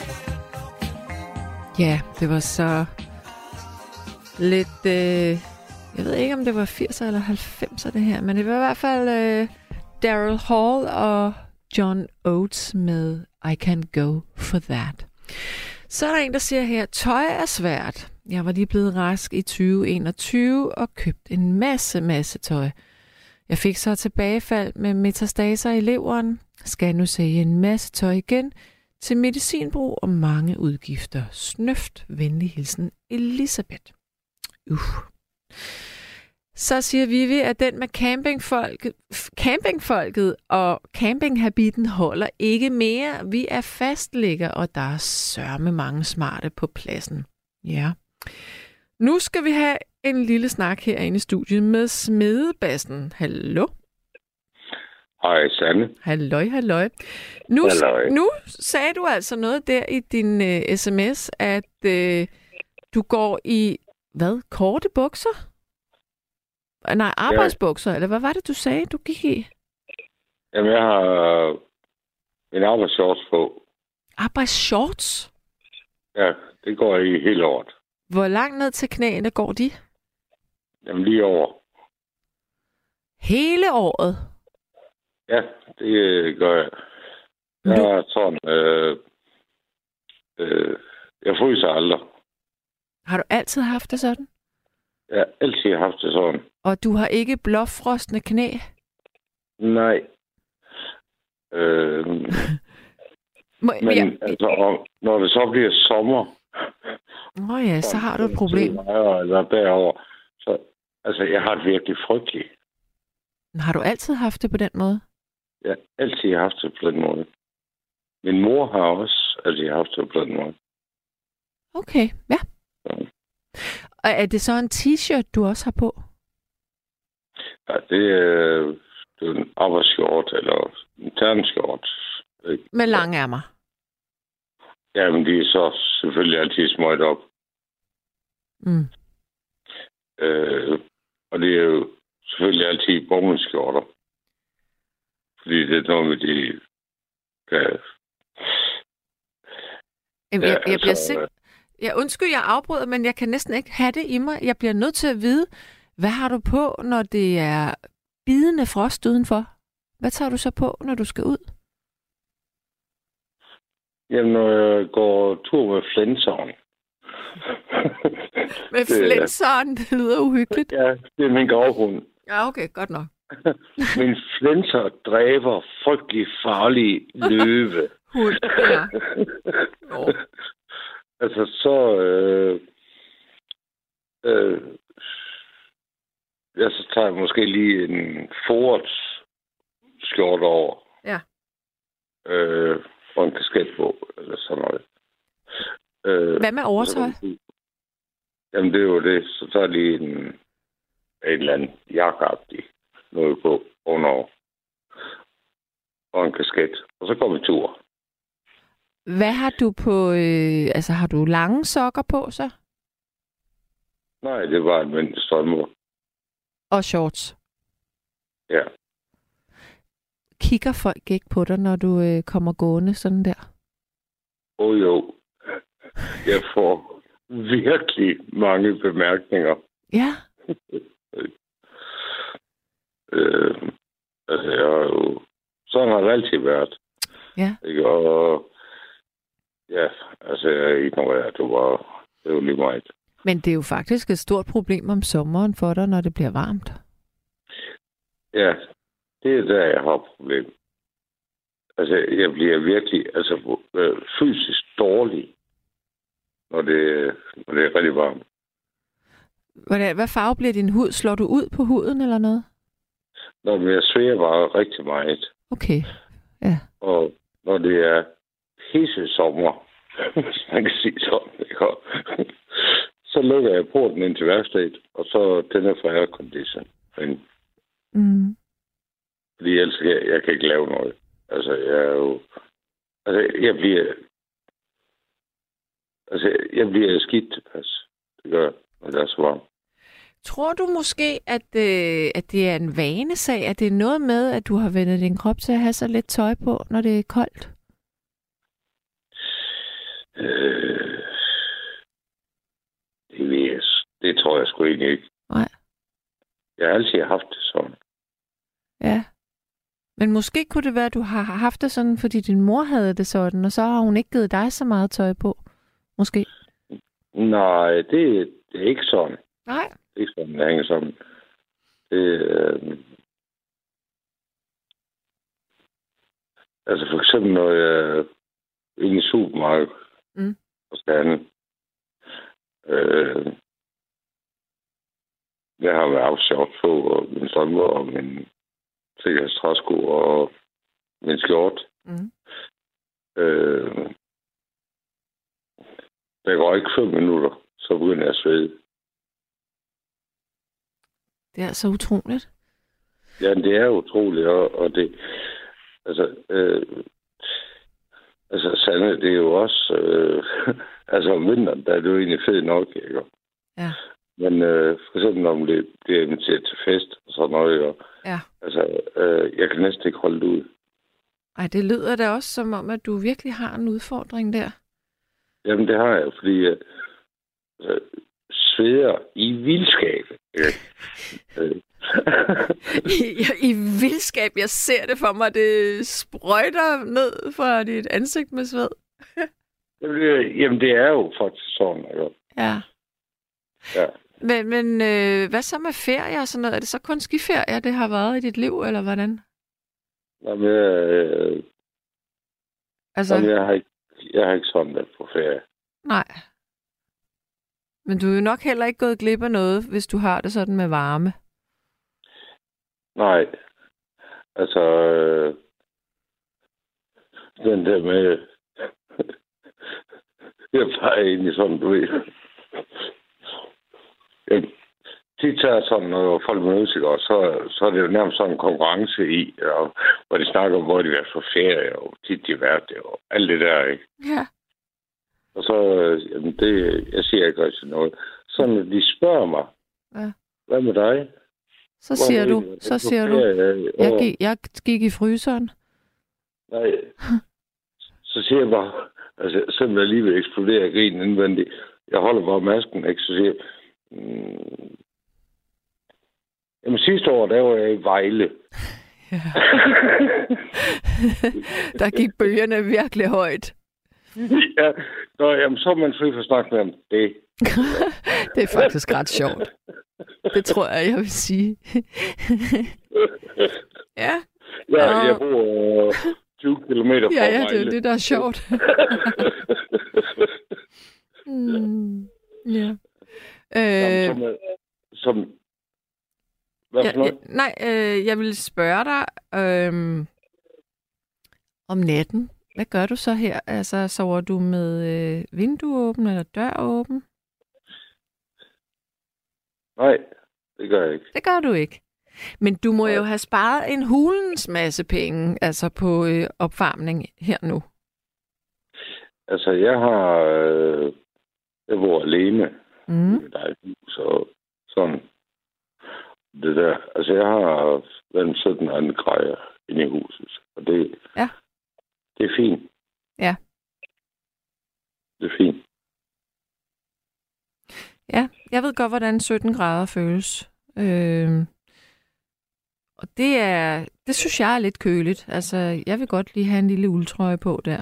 Ja, det var så lidt Jeg ved ikke, om det var 80'er eller 90'er det her, men det var i hvert fald Daryl Hall og John Oates med I Can Go For That. Så er der en, der siger her, tøj er svært. Jeg var lige blevet rask i 2021 og købt en masse tøj. Jeg fik så tilbagefald med metastaser i leveren. Skal nu sælge en masse tøj igen til medicinbrug og mange udgifter. Snøft, venlig hilsen, Elisabeth. Så siger Vivi, at den med campingfolket og campinghabitten holder ikke mere. Vi er fastligger, og der er sørme mange smarte på pladsen. Ja. Nu skal vi have en lille snak herinde i studiet med Smedebassen. Hallo? Hej, Sanne. Halløj. Nu sagde du altså noget der i din sms, at du går i, korte bukser? Nej, arbejdsbukser, eller hvad var det, du sagde, du gik i? Jamen, jeg har en arbejdsshorts på. Arbejdsshorts? Ja, det går i hele året. Hvor langt ned til knæene går de? Jamen, lige over. Hele året? Ja, det gør jeg. Jeg er sådan, jeg fryser aldrig. Har du altid haft det sådan? Jeg har altid haft det sådan. Og du har ikke blåfrosne knæ? Nej. Men altså, når det så bliver sommer... ja, så har du et problem. Eller derovre. Så, altså, jeg har det virkelig frygteligt. Har du altid haft det på den måde? Jeg har altid haft det på den måde. Min mor har også altid haft det på den måde. Okay, ja. Og er det så en t-shirt, du også har på? Ja, det er en arbejdsskjort eller en ternskjort. Med lange ærmer? Jamen, de er så selvfølgelig altid smøjt op. Og det er jo selvfølgelig altid bommelskjorter. Fordi det er noget med de kan... Jeg undskyld, jeg afbryder, men jeg kan næsten ikke have det i mig. Jeg bliver nødt til at vide, hvad har du på, når det er bidende frost udenfor? Hvad tager du så på, når du skal ud? Jamen, når jeg går tur med flenseren. Med flenseren? Det lyder uhyggeligt. Ja, det er min gravhund. Ja, okay, godt nok. Min flenser dræber frygtelig farlig løve. Hund, ja. Altså, så... så tager jeg måske lige en forrets skjort over. Ja. Og en kasket på, eller sådan noget. Hvad med overtøj? Jamen, det er jo det. Så tager jeg lige en eller anden jakkeagtig noget på ovenover. Og en kasket. Og så går vi tur. Hvad har du på... har du lange sokker på, så? Nej, det var almindelig strømmer. Og shorts? Ja. Kigger folk ikke på dig, når du kommer gående sådan der? Jo. Jeg får virkelig mange bemærkninger. Ja. Altså, jeg har jo... Sådan har det altid været. Ja. Ikke? Og... Ja, altså, jeg ignorerer det bare. Det er jo lige meget. Men det er jo faktisk et stort problem om sommeren for dig, når det bliver varmt. Ja, det er der, jeg har et problem. Altså, jeg bliver virkelig fysisk dårlig, når det er rigtig varmt. Hvad farve bliver din hud? Slår du ud på huden eller noget? Når jeg svejer bare rigtig meget. Okay, ja. Og når det er pisse sommer, hvis man kan sige sådan, ikke? Så lukker jeg porten ind til værkstedet, og så tænder for aircondition. Fordi ellers jeg kan ikke lave noget. Altså, jeg bliver skidt tilpas. Det gør jeg, når det er så varmt. Tror du måske, at det er en vanesag, at det er noget med, at du har vendt din krop til at have så lidt tøj på, når det er koldt? Det tror jeg sgu egentlig ikke. Nej. Jeg har altid haft det sådan. Ja. Men måske kunne det være, at du har haft det sådan, fordi din mor havde det sådan, og så har hun ikke givet dig så meget tøj på. Måske. Nej, det er ikke sådan. Nej. Det er ikke sådan, det hænger sammen. Altså for eksempel, når jeg er inde i supermarkedet og skal handle. Jeg har været afshort på, og min strømper, og min sikkerhedstræsko, og min skjort. Der går ikke 5 minutter, så begynder jeg at svede. Det er så utroligt. Ja, det er utroligt, og det... Altså, Sanne, det er jo også... altså, om vinteren, der er det jo egentlig fedt nok, ikke? Ja. Men for eksempel, når man bliver inviteret til fest og sådan noget, ikke? Ja. Altså, jeg kan næsten ikke holde det ud. Ej, det lyder da også som om, at du virkelig har en udfordring der. Jamen, det har jeg, fordi sveder i vildskab. I vildskab, jeg ser det for mig, det sprøjter ned fra dit ansigt med sved. Jamen, det er jo faktisk sådan, ikke? Ja. Ja. Men hvad så med ferie og sådan noget? Er det så kun skiferie, det har været i dit liv, eller hvordan? Jamen, jeg har ikke sådan været på ferie. Nej. Men du er jo nok heller ikke gået glip af noget, hvis du har det sådan med varme. Nej. Altså, den der med... jeg plejer egentlig sådan, du ved... tit er sådan, når folk er musikere, så er det jo nærmest sådan en konkurrence i, og, hvor de snakker om, hvor de er for ferie, og tit de er værd, og alt det der, ikke? Ja. Og så, jamen jeg siger ikke rigtig noget. Så når de spørger mig, hvad med dig? Så siger du, jeg gik i fryseren. Nej. Så siger jeg bare, altså, selvom jeg lige vil eksplodere af grinen indvendigt, jeg holder bare masken, ikke? Så siger jeg, jamen sidste år, der var jeg i Vejle. Ja. Der gik bølgerne virkelig højt. Ja, jamen, så er man fri for at snakke med om det. Det er faktisk ret sjovt. Det tror jeg vil sige. Ja. Ja, jeg bor 20 kilometer fra Vejle. Ja, det er det, der er sjovt. Ja. Jeg vil spørge dig om natten. Hvad gør du så her? Altså, sover du med vindue åben eller dør åben? Nej, det gør jeg ikke. Det gør du ikke. Men du må jo have sparet en hulens masse penge, altså på opvarmning her nu. Altså, jeg bor alene i dejhus og sådan. Det der. Altså, jeg har mellem 17 og 18 grader inde i huset, og det er fint. Ja. Det er fint. Ja, jeg ved godt, hvordan 17 grader føles. Og det synes jeg er lidt køligt. Altså, jeg vil godt lige have en lille uldtrøje på der.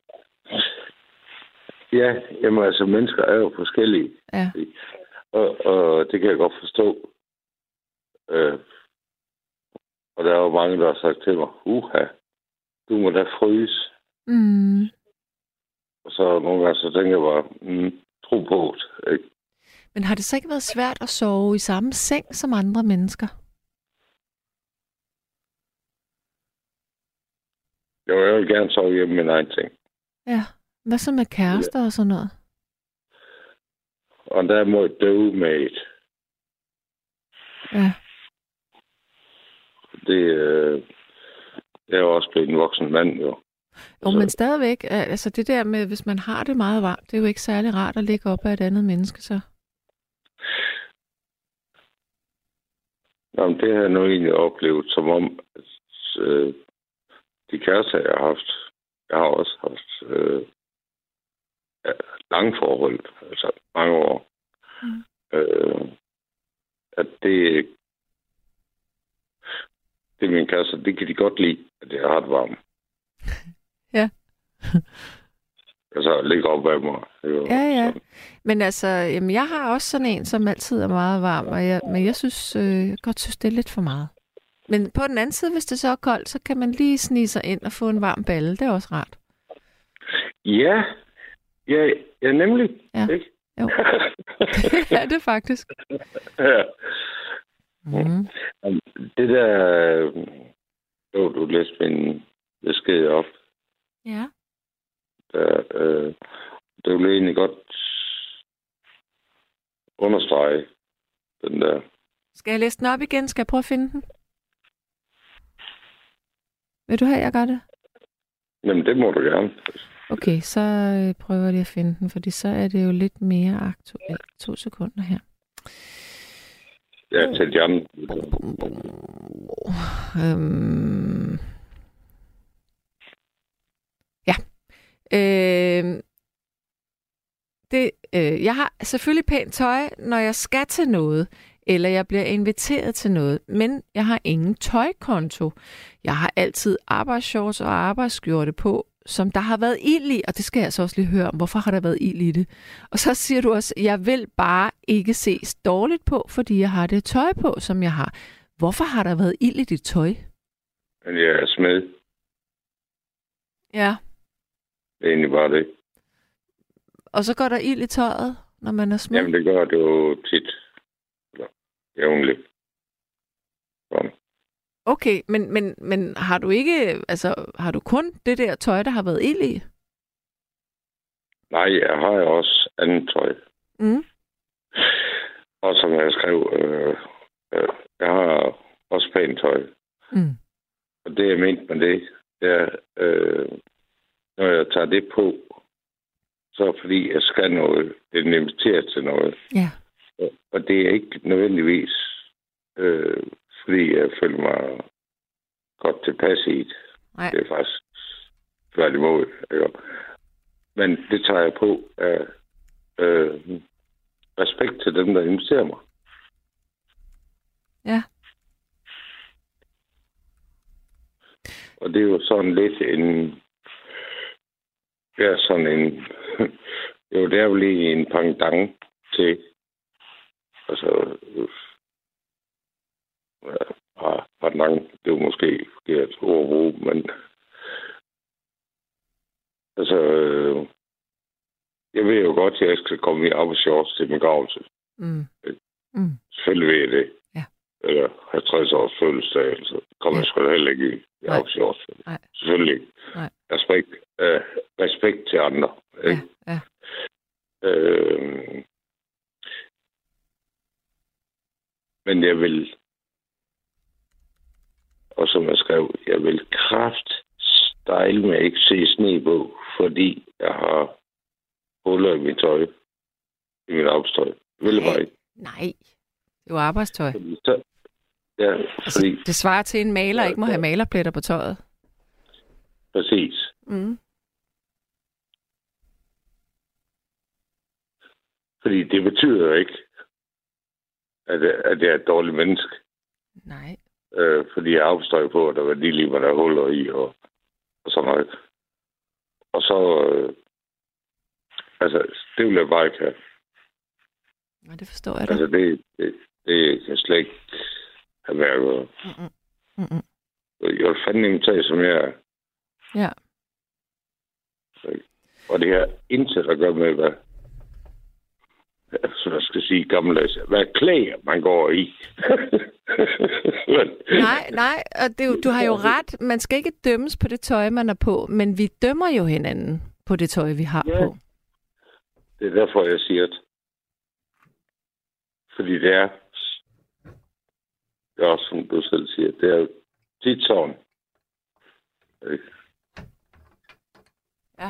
Ja, jamen altså, mennesker er jo forskellige. Ja. Og det kan jeg godt forstå. Og der er jo mange, der har sagt til mig, du må da fryse. Og så nogle gange, så tænker jeg bare, tro på det, ikke? Men har det så ikke været svært at sove i samme seng som andre mennesker? Jo, jeg vil gerne sove hjemme min egen ting. Ja. Hvad så med kærester og sådan noget? Og der må jeg døve med et. Ja. Jeg er jo også blevet en voksen mand, jo. Jo, men stadigvæk, altså det der med, hvis man har det meget varmt, det er jo ikke særlig rart at ligge op af et andet menneske, så. Jamen, det har jeg nu egentlig oplevet, som om de kærester, jeg har haft, jeg har også haft lange forhold, altså mange år. At Det er mine kasser. Det kan de godt lide, at det er ret varmt. Ja. Altså, ligge op ad mig. Ja. Men altså, jamen, jeg har også sådan en, som altid er meget varm, men jeg synes godt synes, det er lidt for meget. Men på den anden side, hvis det så er koldt, så kan man lige snige sig ind og få en varm balle. Det er også rart. Ja, nemlig. Ja. Ikke? Jo. Ja, det er faktisk. Ja. Mm. Det der... du læste min besked op. Ja. Det ville egentlig godt understrege den der. Skal jeg læse den op igen? Skal jeg prøve at finde den? Vil du have, jeg gør det? Jamen, det må du gerne. Okay, så prøver jeg lige at finde den, fordi så er det jo lidt mere aktuelt. 2 sekunder her. Ja, til de andre. Ja. Jeg har selvfølgelig pænt tøj, når jeg skal til noget, eller jeg bliver inviteret til noget, men jeg har ingen tøjkonto. Jeg har altid arbejdsshorts og arbejdsskjorte på, som der har været ild i, og det skal jeg så også lige høre om. Hvorfor har der været ild i det? Og så siger du også, jeg vil bare ikke ses dårligt på, fordi jeg har det tøj på, som jeg har. Hvorfor har der været ild i dit tøj? Jeg er smed. Ja. Det er egentlig bare det. Og så går der ild i tøjet, når man er smed? Jamen, det gør det jo tit. Jævnligt. Okay, men har du ikke, altså, har du kun det der tøj, der har været ild i? Nej, jeg har jo også andet tøj. Mm. Og som jeg skrev, jeg har også pænt tøj. Mm. Og det jeg mente med det, er, når jeg tager det på, så fordi jeg skal noget, det er inviteret til noget. Ja. Og det er ikke nødvendigvis, fordi jeg føler mig godt tilpas i det. Nej. Det er faktisk tværtimod. Men det tager jeg på af respekt til dem, der inviterer mig. Ja. Og det er jo sådan lidt en... Det er sådan en... Jo, det er jo lige en pendant til... Altså... Pendant, det er jo måske forkert ord at bruge, men... Altså... Jeg ved jo godt, at jeg skal komme i arbejdsshorts til begravelse. Mm. Mm. Selvfølgelig ved jeg det. Ja. Eller 50 års fødselsdag, så kommer jeg sgu da heller ikke i arbejdsshorts. Selvfølgelig ikke. Nej. Respekt til andre. Ikke? Ja. Men jeg vil, og som jeg skrev, jeg vil style med ikke se sne på, fordi jeg har huller i mit tøj, i mit arbejdstøj. Vil bare ikke. Nej, det er jo arbejdstøj. Ja, fordi... Det svarer til, en maler ikke må have malerpletter på tøjet. Præcis. Mm. Fordi det betyder ikke, at jeg er et dårligt menneske. Nej. Fordi jeg har arbejdstøj på, og der var lige hvor der er huller i, og sådan noget. Og så... det vil jeg bare ikke have. Ja, det forstår jeg da. Altså, det kan slet ikke have været at gøre. Jeg vil fandme invitere, som jeg er. Ja. Og det her intet at gøre med, hvad så jeg skal sige gammeldags, hvad klæder man går i. Nej, og du har jo ret. Man skal ikke dømmes på det tøj, man er på, men vi dømmer jo hinanden på det tøj, vi har på. Det er derfor, jeg siger det. Fordi det er også, som du selv siger, det er jo tit sådan. Ja.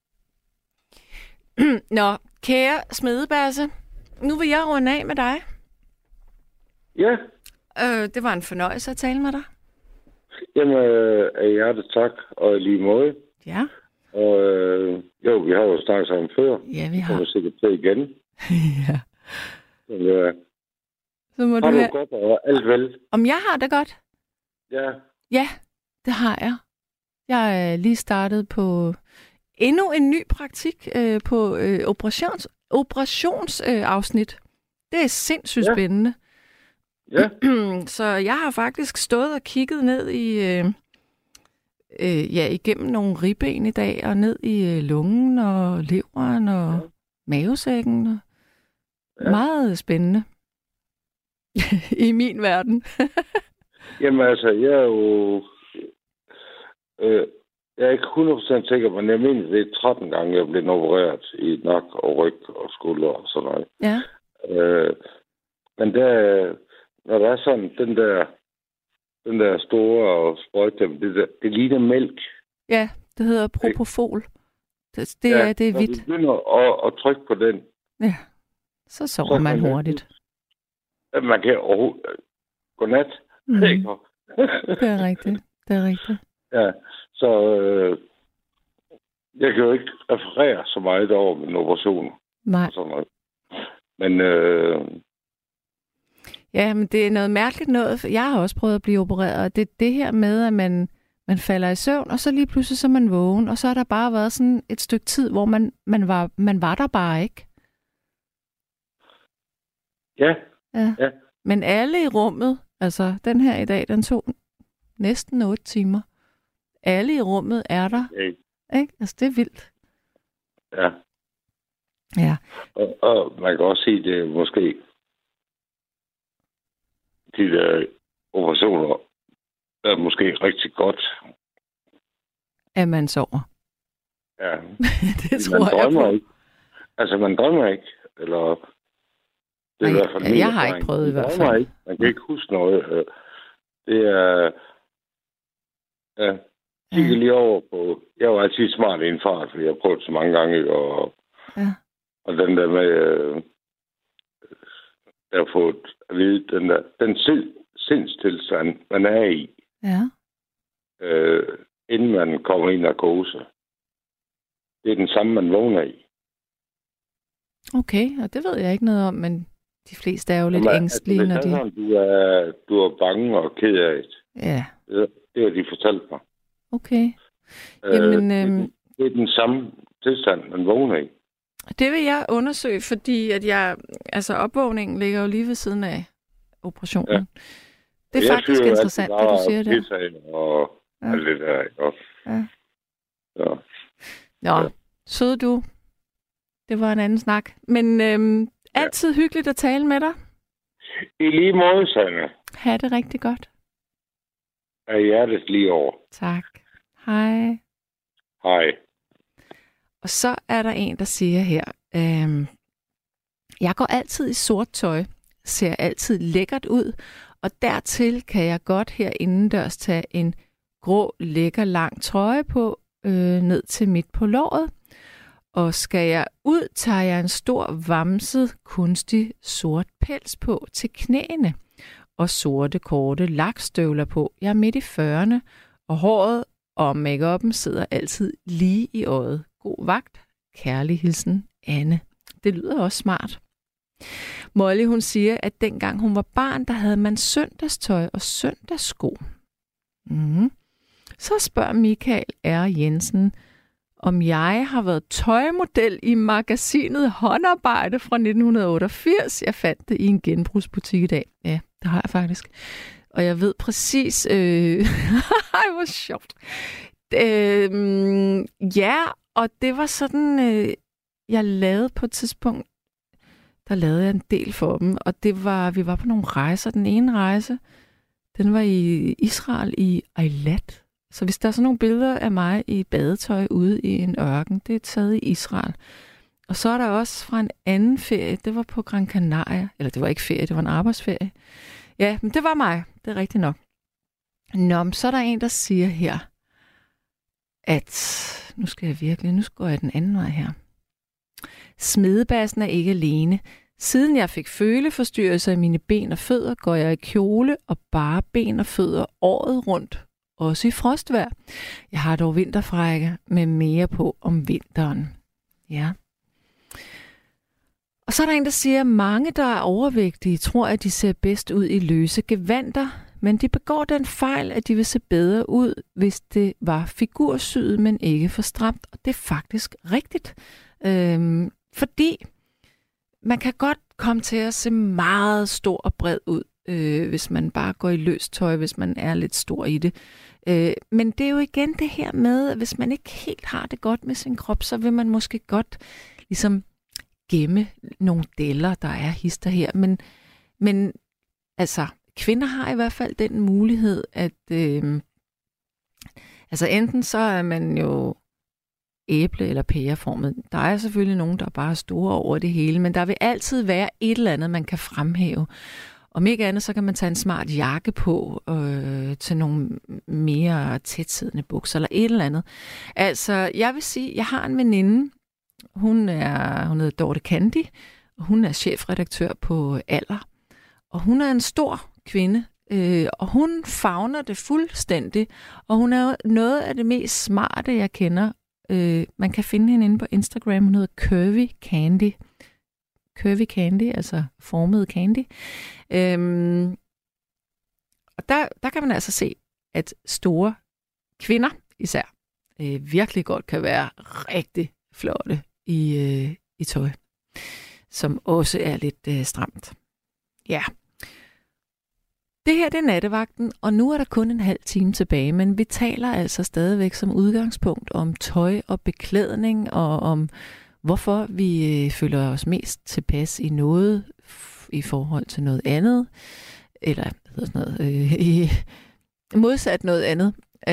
Nå, kære Smedebasse, nu vil jeg runde af med dig. Ja. Det var en fornøjelse at tale med dig. Jamen, af hjertet tak, og i lige måde. Ja. Og jo, vi har jo snakket sammen før. Ja, vi har. Så kommer vi sikkert til igen. Ja. Så, så må har du godt og alt vel? Om jeg har det godt? Ja. Ja, det har jeg. Jeg er lige startet på endnu en ny praktik på operationsafsnit. Det er sindssygt spændende. Ja. Så jeg har faktisk stået og kigget ned i igennem nogle ribben i dag, og ned i lungen og leveren og mavesækken. Og meget spændende. I min verden. Jamen altså, jeg er jo... jeg er ikke 100% sikker, men jeg mener, det er 13 gange, jeg er blevet opereret i nak og ryg og skulder og sådan noget. Ja. Men når der er sådan, den der store og sprøjte, det ligner mælk. Ja, det hedder Propofol. Det er hvidt. Når du begynder at trykke på den, ja, så sover man hurtigt. Man kan overhovedet... Godnat. Det er rigtigt. Ja, så jeg kan jo ikke referere så meget over min operation. Nej. Sådan noget. Men... Ja, men det er noget mærkeligt noget. Jeg har også prøvet at blive opereret, og det er det her med, at man falder i søvn, og så lige pludselig så er man vågen, og så har der bare været sådan et stykke tid, hvor man var der bare ikke. Ja. Men alle i rummet, altså den her i dag, den tog næsten 8 timer. Alle i rummet er der. Ikke? Altså det er vildt. Ja. Og man kan også sige, det måske de der operationer er måske rigtig godt. At man sover. Ja. Det tror jeg på. Ikke. Altså man drømmer ikke, eller... Det er i hvert fald jeg har ikke prøvet i hvert fald. Ikke. Man kan ikke huske noget. Det er... Ja. Kigge lige over på... Jeg var altid smart i en fart, fordi jeg har prøvet så mange gange, og den der med... Jeg har fået at vide, den sindstilstand, man er i, inden man kommer i narkose, det er den samme, man vågner i. Okay, og det ved jeg ikke noget om, men de fleste er jo lidt ængstlige, når de... Sådan, du er bange og ked af det. Ja. Det har de fortalt mig. Okay. Jamen, det er den samme tilstand, man vågner i. Det vil jeg undersøge, fordi at opvågningen ligger jo lige ved siden af operationen. Ja. Det er faktisk interessant, det du siger der. Og alt det der, ikke? Nå, søde du. Det var en anden snak. Men altid hyggeligt at tale med dig. I lige måde, Sanne. Ha' det rigtig godt. Af hjertet lige over. Tak. Hej. Hej. Og så er der en, der siger her, jeg går altid i sort tøj, ser altid lækkert ud, og dertil kan jeg godt her indendørs tage en grå, lækker, lang trøje på, ned til midt på låret. Og skal jeg ud, tager jeg en stor, vamset, kunstig, sort pels på til knæene, og sorte, korte lakstøvler på. Jeg er midt i 40'erne, og håret og make-up'en sidder altid lige i øjet. God vagt. Kærlig hilsen, Anne. Det lyder også smart. Molly, hun siger, at dengang hun var barn, der havde man søndagstøj og søndagssko. Så spørger Michael R. Jensen, om jeg har været tøjmodel i magasinet Håndarbejde fra 1988. Jeg fandt det i en genbrugsbutik i dag. Ja, det har jeg faktisk. Og jeg ved præcis... Ej, hvor sjovt. Ja, og det var sådan... jeg lavede på et tidspunkt... Der lavede jeg en del for dem. Og det var... Vi var på nogle rejser. Den ene rejse, den var i Israel i Eilat. Så hvis der er sådan nogle billeder af mig i badetøj ude i en ørken, det er taget i Israel. Og så er der også fra en anden ferie, det var på Gran Canaria. Eller det var ikke ferie, det var en arbejdsferie. Ja, men det var mig. Det er rigtigt nok. Nå, så er der en, der siger her, at nu går jeg den anden vej her. Smedebassen er ikke alene. Siden jeg fik føleforstyrrelser i mine ben og fødder, går jeg i kjole og bare ben og fødder året rundt. Også i frostvejr. Jeg har dog vinterfrække med mere på om vinteren. Ja. Og så er der en, der siger, at mange, der er overvægtige, tror, at de ser bedst ud i løse gevanter. men de begår den fejl, at de vil se bedre ud, hvis det var figursyet, men ikke for stramt. Og det er faktisk rigtigt. Fordi man kan godt komme til at se meget stor og bred ud, hvis man bare går i løst tøj, hvis man er lidt stor i det. Men det er jo igen det her med, at hvis man ikke helt har det godt med sin krop, så vil man måske godt ligesom gemme nogle deler, der er hister her. Men altså, kvinder har i hvert fald den mulighed, at altså enten så er man jo æble- eller pæreformet. Der er selvfølgelig nogen, der bare er store over det hele, men der vil altid være et eller andet, man kan fremhæve. Om ikke andet, så kan man tage en smart jakke på til nogle mere tætsiddende bukser eller et eller andet. Altså, jeg vil sige, jeg har en veninde. Hun hedder Dorte Candy, og hun er chefredaktør på Aller. Og hun er en stor kvinde, og hun favner det fuldstændig. Og hun er noget af det mest smarte, jeg kender. Man kan finde hende inde på Instagram. Hun hedder Curvy Candy. Curvy Candy, altså formet candy. Og der kan man altså se, at store kvinder især virkelig godt kan være rigtig flotte i tøj, som også er lidt stramt. Ja. Det her, det er nattevagten, og nu er der kun en halv time tilbage, men vi taler altså stadigvæk som udgangspunkt om tøj og beklædning, og om hvorfor vi føler os mest tilpas i noget i forhold til noget andet, eller sådan noget, modsat noget andet.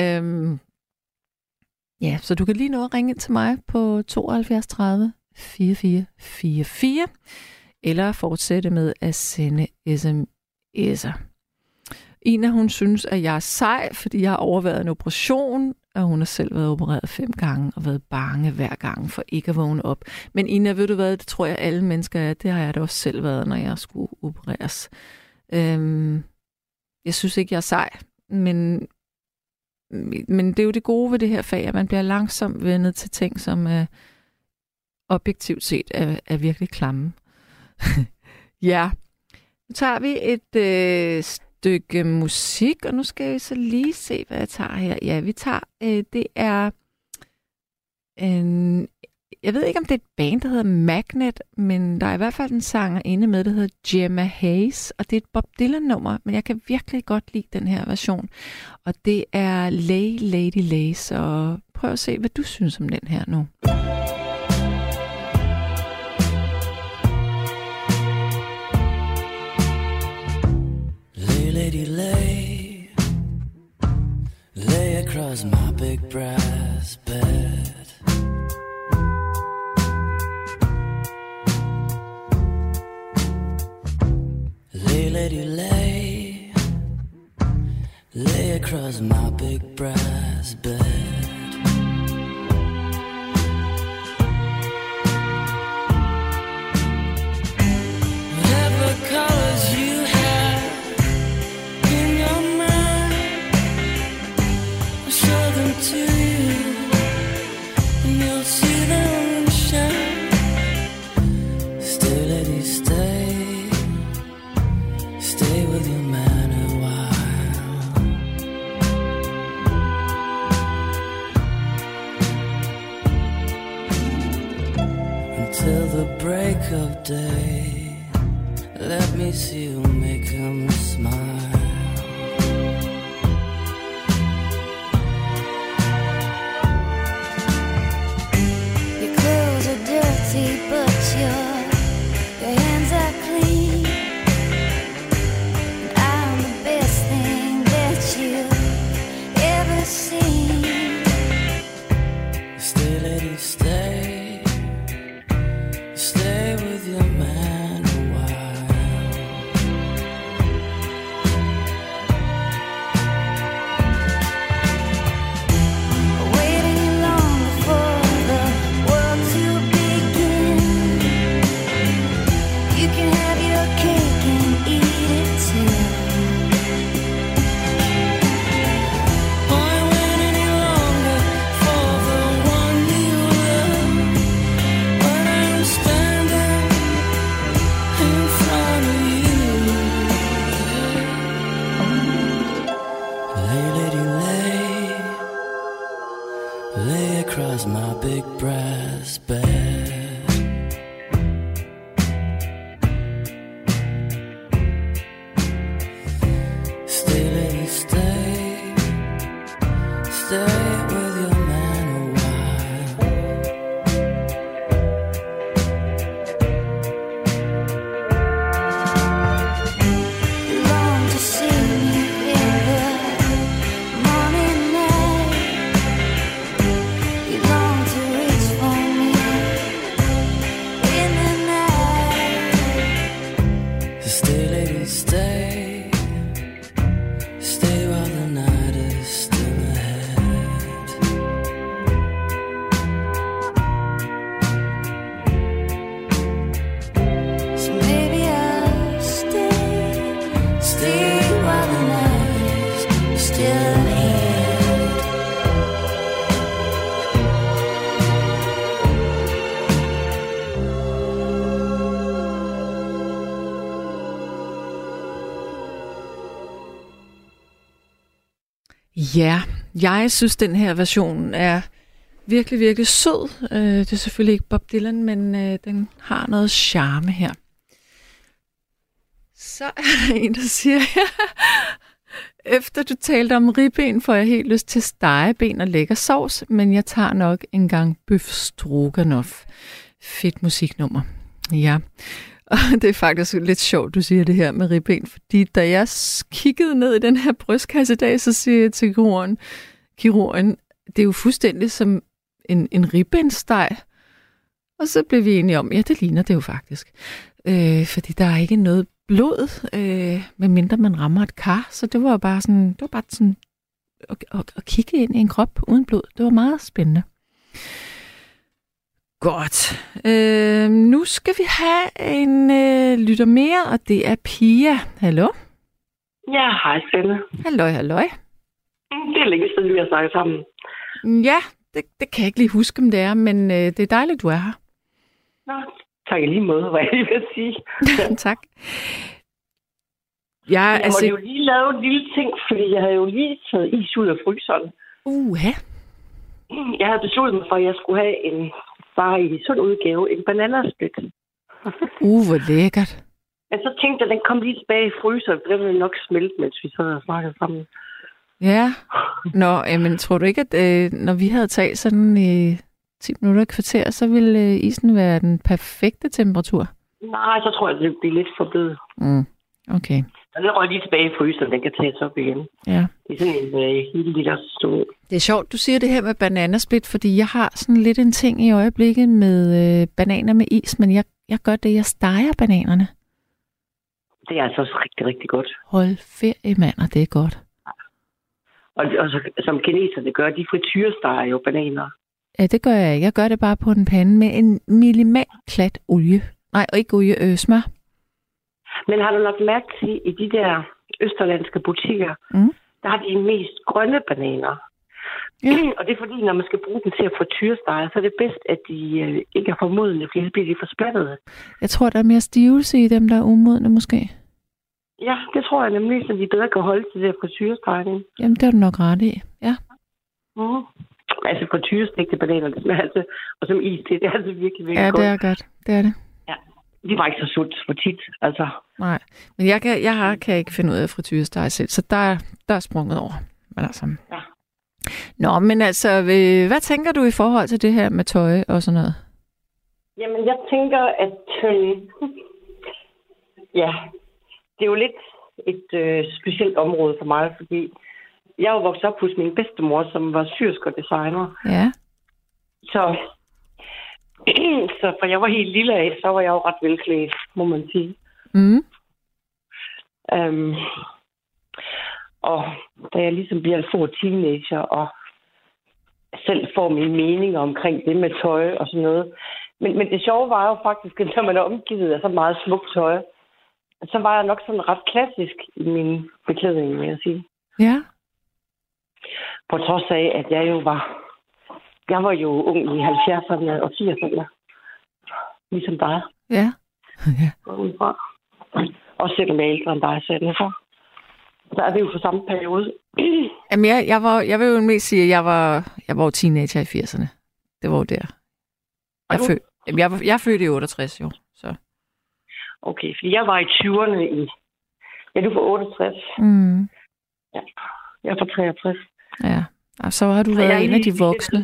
Ja, så du kan lige nå at ringe ind til mig på 72 30 44 44, eller fortsætte med at sende sms'er. Ina, hun synes, at jeg er sej, fordi jeg har overværet en operation, og hun har selv været opereret 5 gange og været bange hver gang for ikke at vågne op. Men Ina, ved du hvad, det tror jeg alle mennesker er. Det har jeg da også selv været, når jeg skulle opereres. Jeg synes ikke, jeg er sej, men det er jo det gode ved det her fag, at man bliver langsomt vendet til ting, som objektivt set er virkelig klamme. Ja, nu tager vi et stykke musik, og nu skal vi så lige se, hvad jeg tager her. Ja, vi tager, det er jeg ved ikke, om det er et band, der hedder Magnet, men der er i hvert fald en sanger inde med, der hedder Gemma Hayes, og det er et Bob Dylan-nummer, men jeg kan virkelig godt lide den her version. Og det er Lay Lady Lay, så prøv at se, hvad du synes om den her nu. Lay Lady Lay, lay across my big brass bed. Lay, lady, lay, lay across my big brass bed. Whatever colors you have in your mind, I'll show them to you, and you'll see them shine. Stay, lady, stay. Stay with your man a while. Until the break of day, let me see you make him smile. Your clothes are dirty, but your hands are clean. Stay, lady, stay. Stay with your man a while. Ja, jeg synes, den her version er virkelig, virkelig sød. Det er selvfølgelig ikke Bob Dylan, men den har noget charme her. Så er der en, der siger, efter du talte om ribben, får jeg helt lyst til stegeben og lækker sovs, men jeg tager nok en gang bøf stroganoff. Fedt musiknummer. Ja, og det er faktisk lidt sjovt, du siger det her med ribben, fordi da jeg kiggede ned i den her brystkasse i dag, så siger jeg til kirurgen, det er jo fuldstændig som en ribbensteg. Og så blev vi enige om, ja, det ligner det jo faktisk. Fordi der er ikke noget blod, medmindre man rammer et kar. Så det var bare sådan at kigge ind i en krop uden blod. Det var meget spændende. Godt. Nu skal vi have en lytter mere, og det er Pia. Hallo? Ja, hej Stine. Halløj. Det er længe siden, vi har snakket sammen. Ja, det kan jeg ikke lige huske, om det er, men det er dejligt, du er her. Nå, tak i lige måde, hvad jeg lige vil sige. Tak. Jeg måtte jo lige lave en lille ting, fordi jeg havde jo lige taget is ud af fryseren. Ja. Jeg havde besluttet mig for, at jeg skulle have bare i sådan udgave, en bananasplit. Hvor lækkert. Men så tænkte jeg, at den kom lige tilbage i fryseren, for den ville nok smelte, mens vi sad og snakkede sammen. Ja. Men tror du ikke, at når vi havde talt sådan i 10 minutter i kvarter, så ville isen være den perfekte temperatur? Nej, så tror jeg, det bliver lidt for blød. Okay. Så den røg lige tilbage i fryseren, den kan tages op igen. Ja. Det er sådan en lille liter stål. Det er sjovt, du siger det her med bananasplit, fordi jeg har sådan lidt en ting i øjeblikket med bananer med is, men jeg gør det, jeg steger bananerne. Det er altså også rigtig, rigtig godt. Hold ferie, mand, og det er godt. Og så, som kineserne gør, de frityresteger jo bananer. Ja, det gør jeg ikke. Jeg gør det bare på en pande med en minimal klat olie. Nej, ikke olie, smør. Men har du lagt mærke til, i de der østerlandske butikker, der har de mest grønne bananer. Ja. Og det er fordi, når man skal bruge dem til at frityrestege, så er det bedst, at de ikke er for modne, fordi så bliver de for splattede. Jeg tror, der er mere stivelse i dem, der er umodne måske. Ja, det tror jeg nemlig, så de bedre kan holde til det her frityrestegning. Jamen, det er du nok ret i, ja. Altså frityrestegte bananer, det smager altså, og som is, det er altså virkelig, virkelig godt. godt. Ja, det er godt. Det er det. Ja, det var ikke så sundt for tit, altså. Nej, men jeg kan ikke finde ud af frityresteg selv, så der er sprunget over. Men altså. Ja. Nå, men altså, hvad tænker du i forhold til det her med tøj og sådan noget? Jamen, jeg tænker, at det er jo lidt et specielt område for mig, fordi jeg er jo vokset op hos min bedstemor, som var syersk og designer. Ja. Så for jeg var helt lille af, så var jeg jo ret velklædt, må man sige. Og da jeg ligesom bliver en stor teenager, og selv får mine meninger omkring det med tøj og sådan noget. Men det sjove var jo faktisk, at når man er omgivet af så meget smukt tøj, så var jeg nok sådan ret klassisk i min beklædning, vil jeg sige. Ja. På trods af, at jeg var jo ung i 70'erne og 80'erne. Ligesom dig. Ja. Og selvom jeg er ældre end dig, så er det så. Så er det jo for samme periode. Jamen, jeg vil jo mest sige, at jeg var teenager i 80'erne. Det var jo der. Jeg er født i 68, jo. Så. Okay, fordi jeg var i 20'erne i... Ja, du er fra 68. Ja, jeg er fra 63. Ja, og så har du været en af de voksne.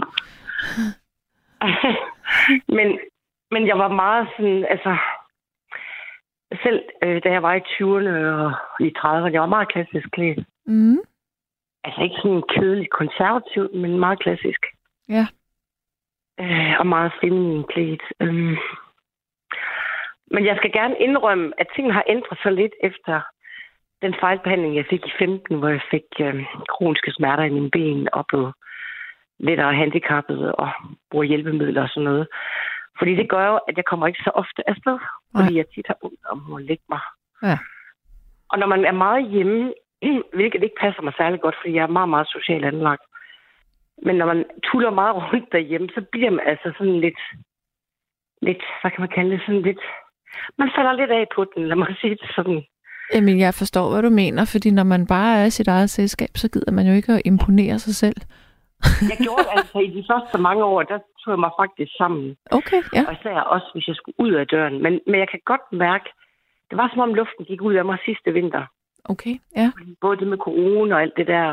men jeg var meget sådan, altså... Selv da jeg var i 20'erne og i 30'erne, jeg var meget klassisk klædt. Altså ikke sådan kedeligt konservativt, men meget klassisk. Ja. Og meget feminin klædt. Men jeg skal gerne indrømme, at tingene har ændret sig lidt efter den fejlbehandling, jeg fik i 15, hvor jeg fik kroniske smerter i mine ben og blev lettere handicappet og bruger hjælpemidler og sådan noget. Fordi det gør jo, at jeg kommer ikke så ofte afsted, fordi jeg tit har ondt om at lægge mig. Ja. Og når man er meget hjemme, hvilket ikke passer mig særlig godt, fordi jeg er meget, meget socialt anlagt. Men når man tuller meget rundt derhjemme, så bliver man altså sådan lidt, hvad kan man kalde det, sådan lidt... Man falder lidt af på den, lad mig sige det sådan. Jamen, jeg forstår, hvad du mener, fordi når man bare er i sit eget selskab, så gider man jo ikke at imponere sig selv. Jeg gjorde det altså i de første mange år, der tog jeg mig faktisk sammen. Okay, ja. Og især også, hvis jeg skulle ud af døren. Men jeg kan godt mærke, det var som om luften gik ud af mig sidste vinter. Okay, ja. Både det med corona og alt det der,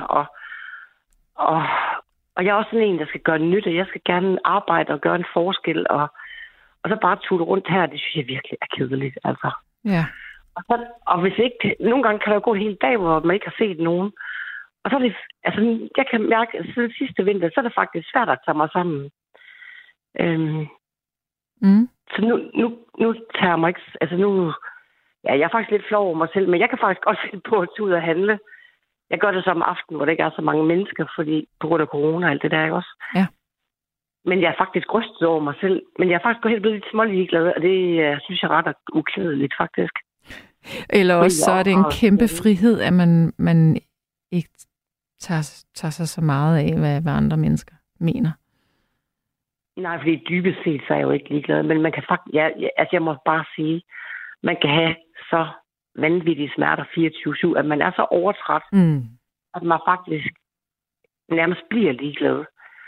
og jeg er også sådan en, der skal gøre nytte. Jeg skal gerne arbejde og gøre en forskel, og så bare tulle rundt her, det synes jeg virkelig er kedeligt, altså. Ja. Og hvis ikke, nogle gange kan der jo gå en hel dag, hvor man ikke har set nogen. Og så er det, altså, jeg kan mærke, at siden sidste vinter, så er det faktisk svært at tage mig sammen. Så nu tager jeg mig ikke, altså nu, ja, jeg er faktisk lidt flov over mig selv, men jeg kan faktisk også finde på at tage ud og handle. Jeg gør det så om aftenen, hvor der ikke er så mange mennesker, fordi på grund af corona og alt det der, ikke også? Ja. Men jeg er faktisk rystet over mig selv. Men jeg er faktisk helt blevet lidt småligeglad, og det synes jeg ret er uklædeligt, faktisk. Eller også så er det en kæmpe frihed, at man ikke tager sig så meget af, hvad andre mennesker mener. Nej, fordi dybest set så er jeg jo ikke ligeglad. Men man kan faktisk, jeg må bare sige, man kan have så vanvittige smerter 24/7, at man er så overtræt, at man faktisk nærmest bliver ligeglad.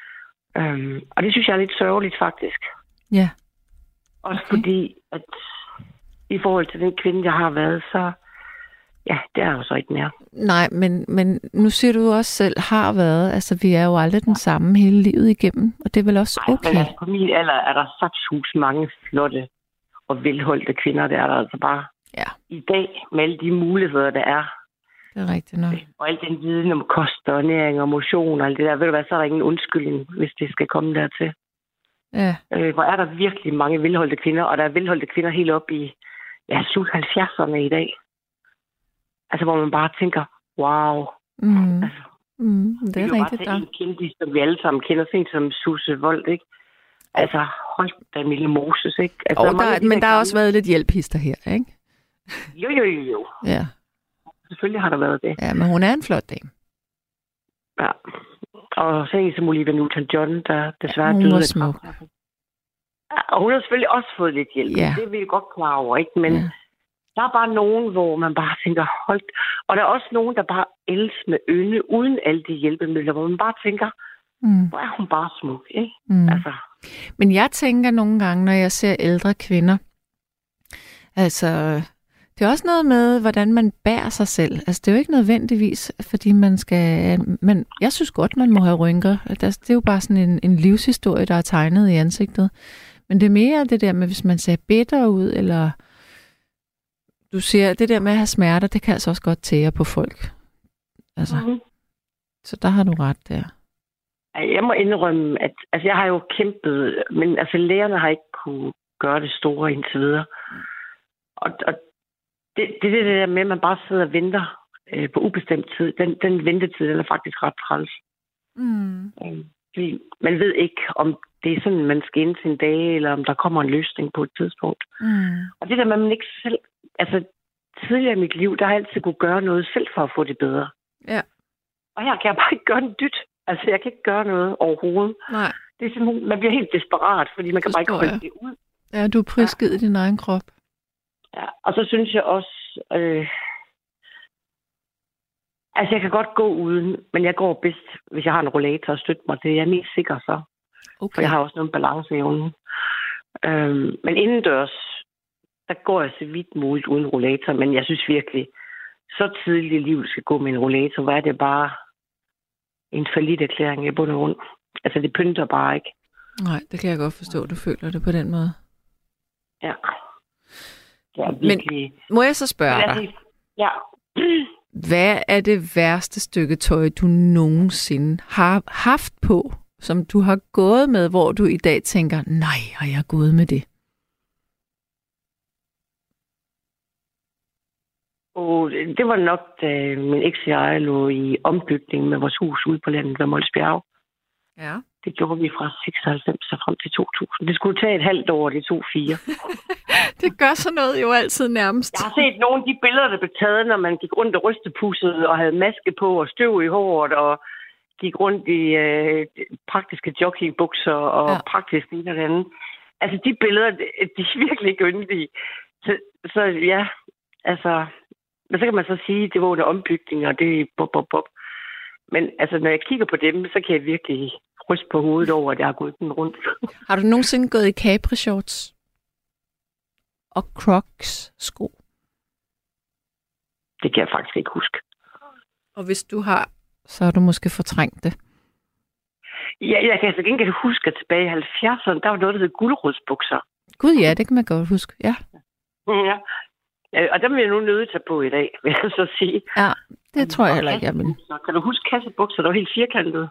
Og det synes jeg er lidt sørgeligt, faktisk. Ja. Også fordi, at i forhold til den kvinde, jeg har været, så ja, det er jo så ikke mere. Nej, men nu siger du også selv, har været. Altså, vi er jo aldrig den samme hele livet igennem, og det er vel også okay. Men altså, på min alder er der saftsus mange flotte og velholdte kvinder. Det er der altså bare i dag, med alle de muligheder, der er. Det er rigtigt nok. Og al den viden om kost og ernæring og motion og alt det der. Ved du hvad, så er der ingen undskyldning, hvis det skal komme dertil. Ja. Hvor er der virkelig mange velholdte kvinder, og der er velholdte kvinder helt op i slut 70'erne i dag. Altså, hvor man bare tænker, wow. Altså, det er rigtigt. Det er en kendis, som vi alle sammen kender, sent som Susse Wold, ikke? Altså, hold da, Mille Moses, ikke? Altså, men der har også været lidt hjælphister her, ikke? Jo. Ja. Selvfølgelig har der været det. Ja, men hun er en flot dame. Ja. Og så en som Olivia Newton-John, der desværre døde. Hun var smuk. Og hun har selvfølgelig også fået lidt hjælp. Ja. Det er vi godt klar over, ikke? Men der er bare nogen, hvor man bare tænker, hold. Og der er også nogen, der bare elsker med ynde, uden alle de hjælpemidler, hvor man bare tænker, hvor er hun bare smuk, ikke? Altså. Men jeg tænker nogle gange, når jeg ser ældre kvinder, altså, det er også noget med, hvordan man bærer sig selv. Altså, det er jo ikke nødvendigvis, fordi man skal... Men jeg synes godt, man må have rynker. Det er jo bare sådan en livshistorie, der er tegnet i ansigtet. Men det er mere det der med, hvis man ser bitter ud, eller... Du siger, det der med at have smerter, det kan altså også godt tære på folk. Altså, så der har du ret der. Jeg må indrømme, at jeg har jo kæmpet, men altså lægerne har ikke kunne gøre det store indtil videre. Og det der med, at man bare sidder og venter på ubestemt tid, den ventetid, den er faktisk ret træls. Fordi man ved ikke, om det er sådan, man skal ind til en dag, eller om der kommer en løsning på et tidspunkt. Og det der med, at man ikke selv... Altså, tidligere i mit liv, der har jeg altid kunne gøre noget selv for at få det bedre. Ja. Og her kan jeg bare ikke gøre en dyt. Altså, jeg kan ikke gøre noget overhovedet. Nej. Det er simpelthen, man bliver helt desperat, fordi man kan bare ikke holde det ud. Ja, du er prisgivet i din egen krop. Ja, og så synes jeg også... altså, jeg kan godt gå uden, men jeg går bedst, hvis jeg har en rollator og støtter mig til. Jeg er mest sikker så. Okay. For jeg har også noget balanceevne. Men indendørs, der går jeg så vidt muligt uden rollator, men jeg synes virkelig, så tidligt i livet skal gå med en rollator, hvor er det bare en fallit-erklæring i bund og grund. Altså, det pynter bare ikke. Nej, det kan jeg godt forstå, du føler det på den måde. Ja. Virkelig... Men må jeg så spørge dig? Ja. Hvad er det værste stykke tøj, du nogensinde har haft på, som du har gået med, hvor du i dag tænker, nej, har jeg gået med det? Og det var nok, da min eks og jeg lå i ombygning med vores hus ude på landet ved Mols Bjerge. Ja. Det gjorde vi fra 96 og frem til 2000. Det skulle tage et halvt år, det tog 4. Det gør sådan noget jo altid nærmest. Jeg har set nogle af de billeder, der blev taget, når man gik rundt og rystepusset og havde maske på og støv i håret og gik rundt i praktiske joggingbukser og praktisk en eller anden. Altså, de billeder, de er virkelig yndige. Så ja, altså... Men så kan man så sige, at det var under ombygning, og det er bop. Men altså, når jeg kigger på dem, så kan jeg virkelig ryste på hovedet over, at jeg har gået den rundt. Har du nogensinde gået i Capri-shorts? Og Crocs sko? Det kan jeg faktisk ikke huske. Og hvis du har, så har du måske fortrængt det. Ja, jeg kan altså gengæld huske, at tilbage i 70'erne, der var noget, der hed gulerodsbukser. Gud ja, det kan man godt huske, ja. Ja. Og dem vil jeg nu nødt tage på i dag, vil jeg så sige. Ja, det tror jeg heller ikke, jeg vil. Kan du huske kassebukser, der var helt firkantede?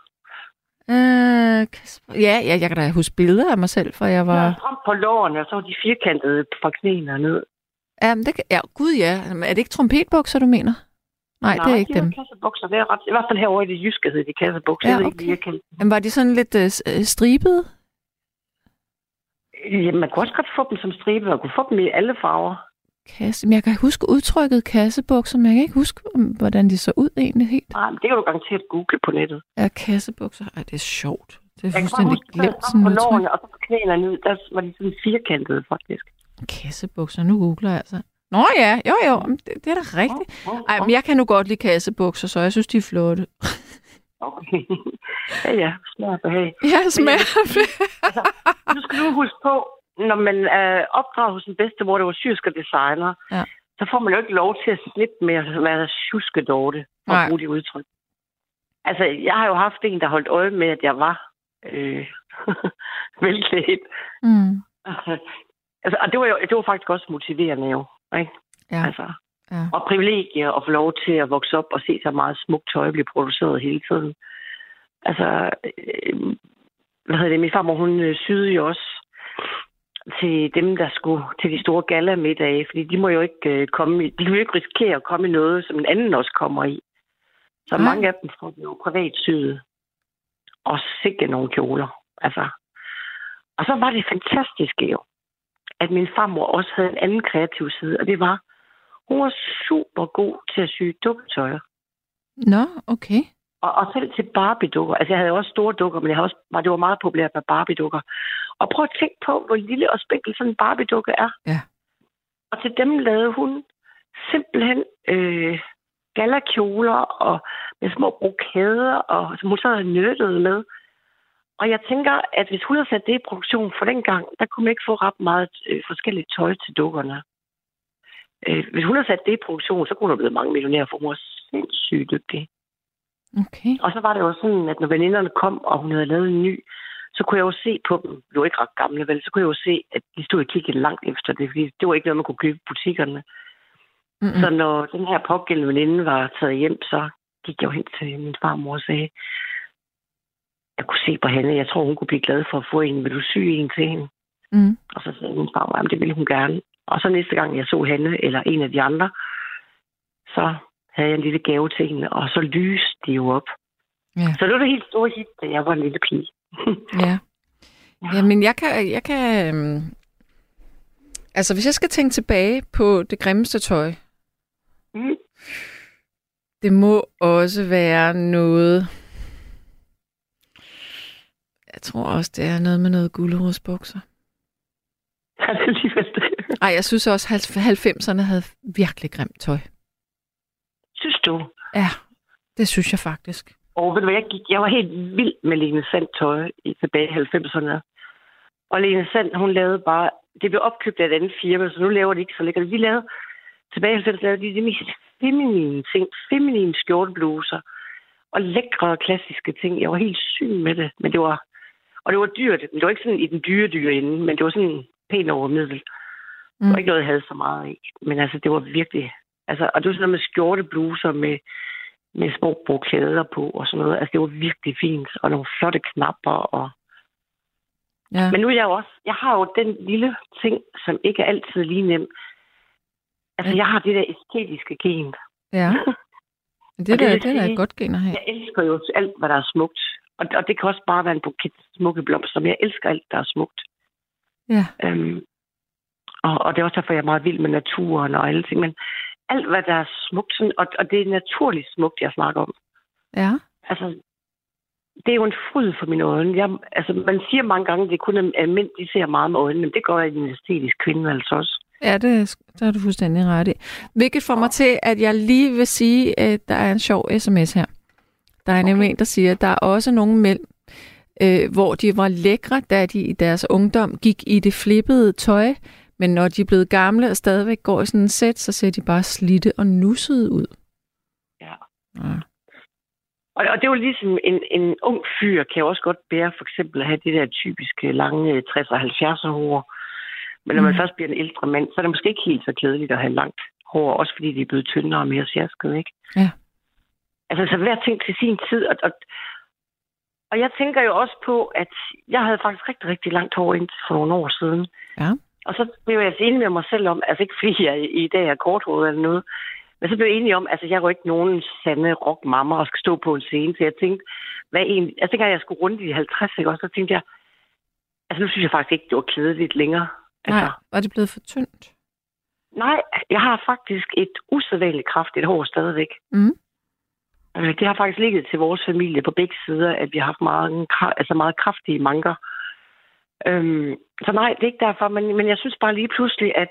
Ja, jeg kan da huske billeder af mig selv, for jeg var... Ja, frem på lårene, og så var de firkantede fra knæene og ned. Gud ja. Er det ikke trompetbukser, du mener? Nej, det er ikke dem. Nej, kassebukser, det er ret... I hvert fald herovre i det jyske hed de kassebukser. Ja, okay. Men var de sådan lidt stribede? Ja, man kunne også godt få dem som stribede, og kunne få dem i alle farver. Men jeg kan huske udtrykket kassebukser, men jeg kan ikke huske, hvordan de så ud egentlig helt. Nej, men det kan du garanteret google på nettet. Ja, kassebukser. Ej, det er sjovt. Det er jeg fuldstændig glemt sådan noget. På lårene, og så på knæene ned, der var de sådan firkantede, faktisk. Kassebukser, nu googler jeg altså. Nå ja, jo, det er da rigtigt. Ej, men jeg kan nu godt lide kassebukser, så jeg synes, de er flotte. Okay. Ja, smager behag. Ja, smager behag. Altså, nu skal du huske på, når man er opdraget hos en bedstemor, der var syrske designer, ja. Så får man jo ikke lov til at slippe med at være sjuskedorte og bruge det udtryk. Altså, jeg har jo haft en, der holdt øje med, at jeg var velklædt. Altså, og det var faktisk også motiverende jo, ikke? Ja. Altså, og privilegier at få lov til at vokse op og se så meget smukt tøj blive produceret hele tiden. Altså, min farmor, hun syede jo også til dem, der skulle til de store galla-middage, fordi de må jo ikke komme i, de kan jo ikke risikere at komme i noget, som en anden også kommer i. Så mange af dem får jo privat syet. Og sikke nogle kjoler. Altså. Og så var det fantastiske jo, at min farmor også havde en anden kreativ side, og det var, hun var super god til at sy dukketøjer. Nå, okay. Og selv til Barbie-dukker. Altså, jeg havde også store dukker, men det var meget populært med Barbie-dukker. Og prøv at tænke på, hvor lille og spinkel sådan en Barbie-dukke er. Ja. Og til dem lavede hun simpelthen galakjoler og med små brokader, og som hun så havde nyttet med. Og jeg tænker, at hvis hun havde sat det i produktion for den gang, der kunne man ikke få ret meget forskelligt tøj til dukkerne. Hvis hun havde sat det i produktion, så kunne der blive mange millionærer, for hun var sindssygt dygtig. Okay. Og så var det jo sådan, at når veninderne kom, og hun havde lavet en ny, så kunne jeg jo se på dem, det var ikke ret gamle, vel, så kunne jeg jo se, at de stod og kiggede langt efter det, fordi det var ikke noget, man kunne købe i butikkerne. Mm-hmm. Så når den her pågældende veninde var taget hjem, så gik jeg jo hen til min farmor og sagde, jeg kunne se på hende, jeg tror, hun kunne blive glad for at få en, vil du sy en til hende? Mm. Og så sagde min farmor, jamen det ville hun gerne. Og så næste gang, jeg så hende, eller en af de andre, så havde jeg en lille gave til hende, og så lyste de jo op. Ja. Så det var det helt store hit, da jeg var en lille pige. Ja. Jamen, jeg kan altså, hvis jeg skal tænke tilbage på det grimmeste tøj, det må også være noget, jeg tror også, det er noget med noget gulerodsbukser. Ja, det er lige det. Ej, jeg synes også, at 90'erne havde virkelig grimt tøj. Synes du? Ja, det synes jeg faktisk. Og ved du hvad, jeg var helt vild med Lene Sand tøj tilbage i 90'erne. Og Lene Sand, hun lavede bare, det blev opkøbt af et andet firma, så nu laver de ikke så lækkert. De lavede, tilbage i 90'erne lavede de mest feminine ting, feminine skjortebluser og lækre klassiske ting. Jeg var helt syg med det, men det var dyrt. Men det var ikke sådan i den dyre ende, men det var sådan pænt over middel. Det var ikke noget, jeg havde så meget af. Men altså, det var virkelig, altså, og det var sådan noget med skjortebluser med små broklæder på og sådan noget. Altså, det var virkelig fint. Og nogle flotte knapper. Og... Ja. Men nu er jeg har jo den lille ting, som ikke er altid lige nem. Altså, jeg har det der æstetiske gen. Ja. Det er et godt gen at have. Jeg elsker jo alt, hvad der er smukt. Og det kan også bare være en buket smukke blomster, men jeg elsker alt, der er smukt. Ja. Og det er også derfor, jeg er meget vild med naturen og alle ting. Men alt, hvad der er smukt, sådan, og det er naturligt smukt, jeg snakker om. Ja. Altså, det er jo en fryd for mine øjne. Man siger mange gange, at det kun er mænd, de ser meget med øjnene, men det gør en æstetisk kvinde altså også. Ja, det har du fuldstændig ret i. Hvilket får mig til, at jeg lige vil sige, at der er en sjov sms her. Der er nemlig en, der siger, at der er også nogle mænd, hvor de var lækre, da de i deres ungdom gik i det flippede tøj, men når de er blevet gamle og stadigvæk går i sådan en sæt, så ser de bare slidte og nussede ud. Ja. Og det er jo ligesom en ung fyr kan jo også godt bære for eksempel at have det der typiske lange 60'er og 70'er hår. Men når man først bliver en ældre mand, så er det måske ikke helt så kedeligt at have langt hår, også fordi de er blevet tyndere og mere sjasket, ikke? Ja. Altså, så hver ting til sin tid. Og jeg tænker jo også på, at jeg havde faktisk rigtig, rigtig langt hår indtil for nogle år siden. Ja. Og så blev jeg altså enig med mig selv om, altså ikke fordi jeg i dag er korthåret eller noget, men så blev jeg enig om, altså jeg er jo ikke nogen sande rockmamma og skal stå på en scene, så jeg tænkte, jeg tænker, at jeg skulle rundt i 50, ikke? Og så tænkte jeg, altså nu synes jeg faktisk ikke, det var kedeligt længere. Altså, Nej, var det blevet for tyndt? Nej, jeg har faktisk et usædvanligt kraftigt hår stadigvæk. Mm. Det har faktisk ligget til vores familie på begge sider, at vi har haft meget kraftige manker. Så nej, det er ikke derfor, men jeg synes bare lige pludselig, at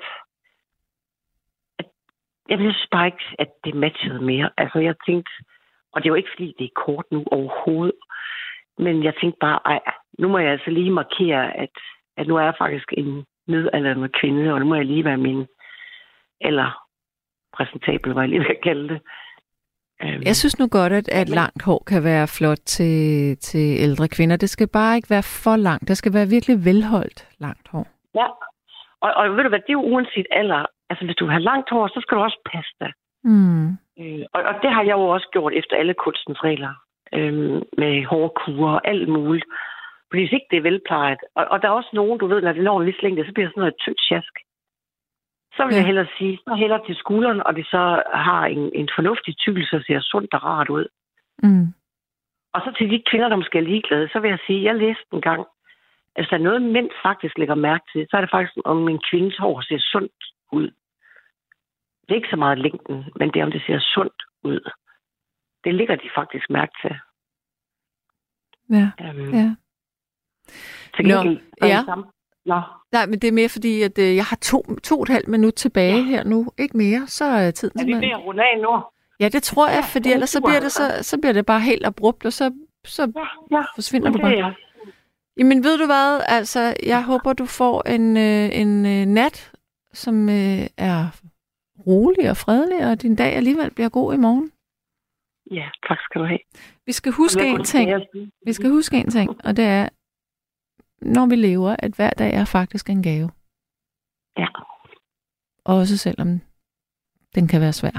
jeg synes bare ikke, at det matchede mere. Altså jeg tænkte, og det er jo ikke fordi, det er kort nu overhovedet, men jeg tænkte bare, nu må jeg altså lige markere, at nu er jeg faktisk en midaldrende kvinde, og nu må jeg lige være min, eller præsentabel, hvad jeg lige vil kalde det. Jeg synes nu godt, at langt hår kan være flot til ældre kvinder. Det skal bare ikke være for langt. Det skal være virkelig velholdt langt hår. Ja, og ved du hvad, det er jo uanset alder. Altså, hvis du har langt hår, så skal du også passe dig. Mm. Og det har jeg jo også gjort efter alle kunstens regler. Med hårkurer og alt muligt. Fordi hvis ikke det er velplejet. Og der er også nogen, du ved, når det når en vis længde, så bliver det sådan noget tyndt sjask. Så vil jeg hellere sige, så hellere til skulderen, og det så har en fornuftig tykkelse, og ser sundt og rart ud. Mm. Og så til de kvinder, der måske er ligeglade, så vil jeg sige, jeg læste en gang, at der er noget, mænd faktisk lægger mærke til, så er det faktisk, om en kvindes hår ser sundt ud. Det er ikke så meget længden, men det er, om det ser sundt ud. Det lægger de faktisk mærke til. Ja, ja. Nå. Nej, men det er mere fordi, at jeg har 2,5 minut tilbage her nu. Ikke mere, så er tiden. Er vi ved at runde af nu? Ja, det tror jeg, fordi ellers så bliver det bare helt abrupt, og så forsvinder du bare. Jamen ved du hvad, altså jeg håber, du får en nat, som er rolig og fredelig, og din dag alligevel bliver god i morgen. Ja, tak skal du have. Vi skal huske en ting, og det er, når vi lever, at hver dag er faktisk en gave. Ja. Også selvom den kan være svær.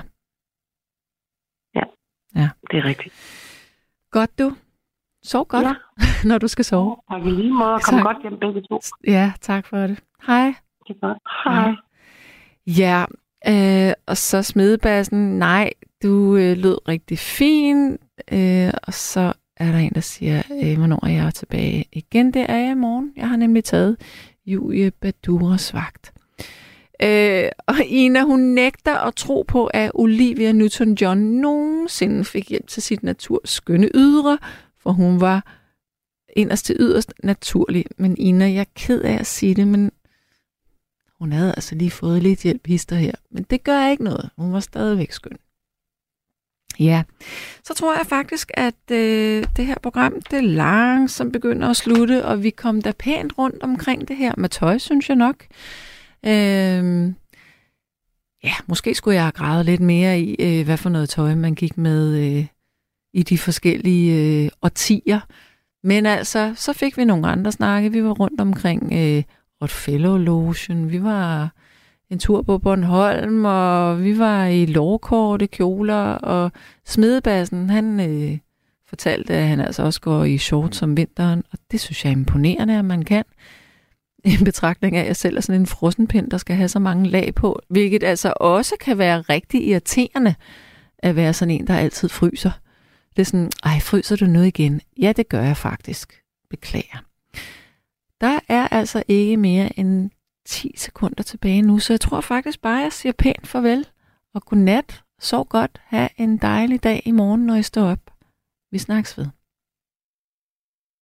Ja, det er rigtigt. Godt du. Sov godt, når du skal sove. Tak i lige måde. Kom godt hjem begge to. Ja, tak for det. Hej. Det er godt. Hej. Ja, og så smedebassen. Nej, du lød rigtig fin. Og så er der en, der siger, hvornår er jeg tilbage igen? Det er jeg i morgen. Jeg har nemlig taget Julie Baduras vagt. Og Ina, hun nægter at tro på, at Olivia Newton-John nogensinde fik hjælp til sit naturs skønne ydre, for hun var inderst til yderst naturlig. Men Ina, jeg er ked af at sige det, men hun havde altså lige fået lidt hjælp hister her. Men det gør ikke noget. Hun var stadigvæk skøn. Ja, så tror jeg faktisk, at det her program, det langsomt begynder at slutte, og vi kom da pænt rundt omkring det her med tøj, synes jeg nok. Ja, måske skulle jeg have gravet lidt mere i, hvad for noget tøj man gik med i de forskellige årtier. Men altså, så fik vi nogle andre snakke. Vi var rundt omkring Oddfellow-logen, vi var en tur på Bornholm, og vi var i lårkorte kjoler, og smedebassen, han fortalte, at han altså også går i shorts om vinteren, og det synes jeg er imponerende, at man kan. En betragtning af, at jeg selv er sådan en frossenpind, der skal have så mange lag på, hvilket altså også kan være rigtig irriterende, at være sådan en, der altid fryser. Det er sådan, fryser du noget igen? Ja, det gør jeg faktisk. Beklager. Der er altså ikke mere end 10 sekunder tilbage nu, så jeg tror faktisk bare, at jeg siger pænt farvel, og godnat, sov godt, have en dejlig dag i morgen, når I står op. Vi snakkes ved.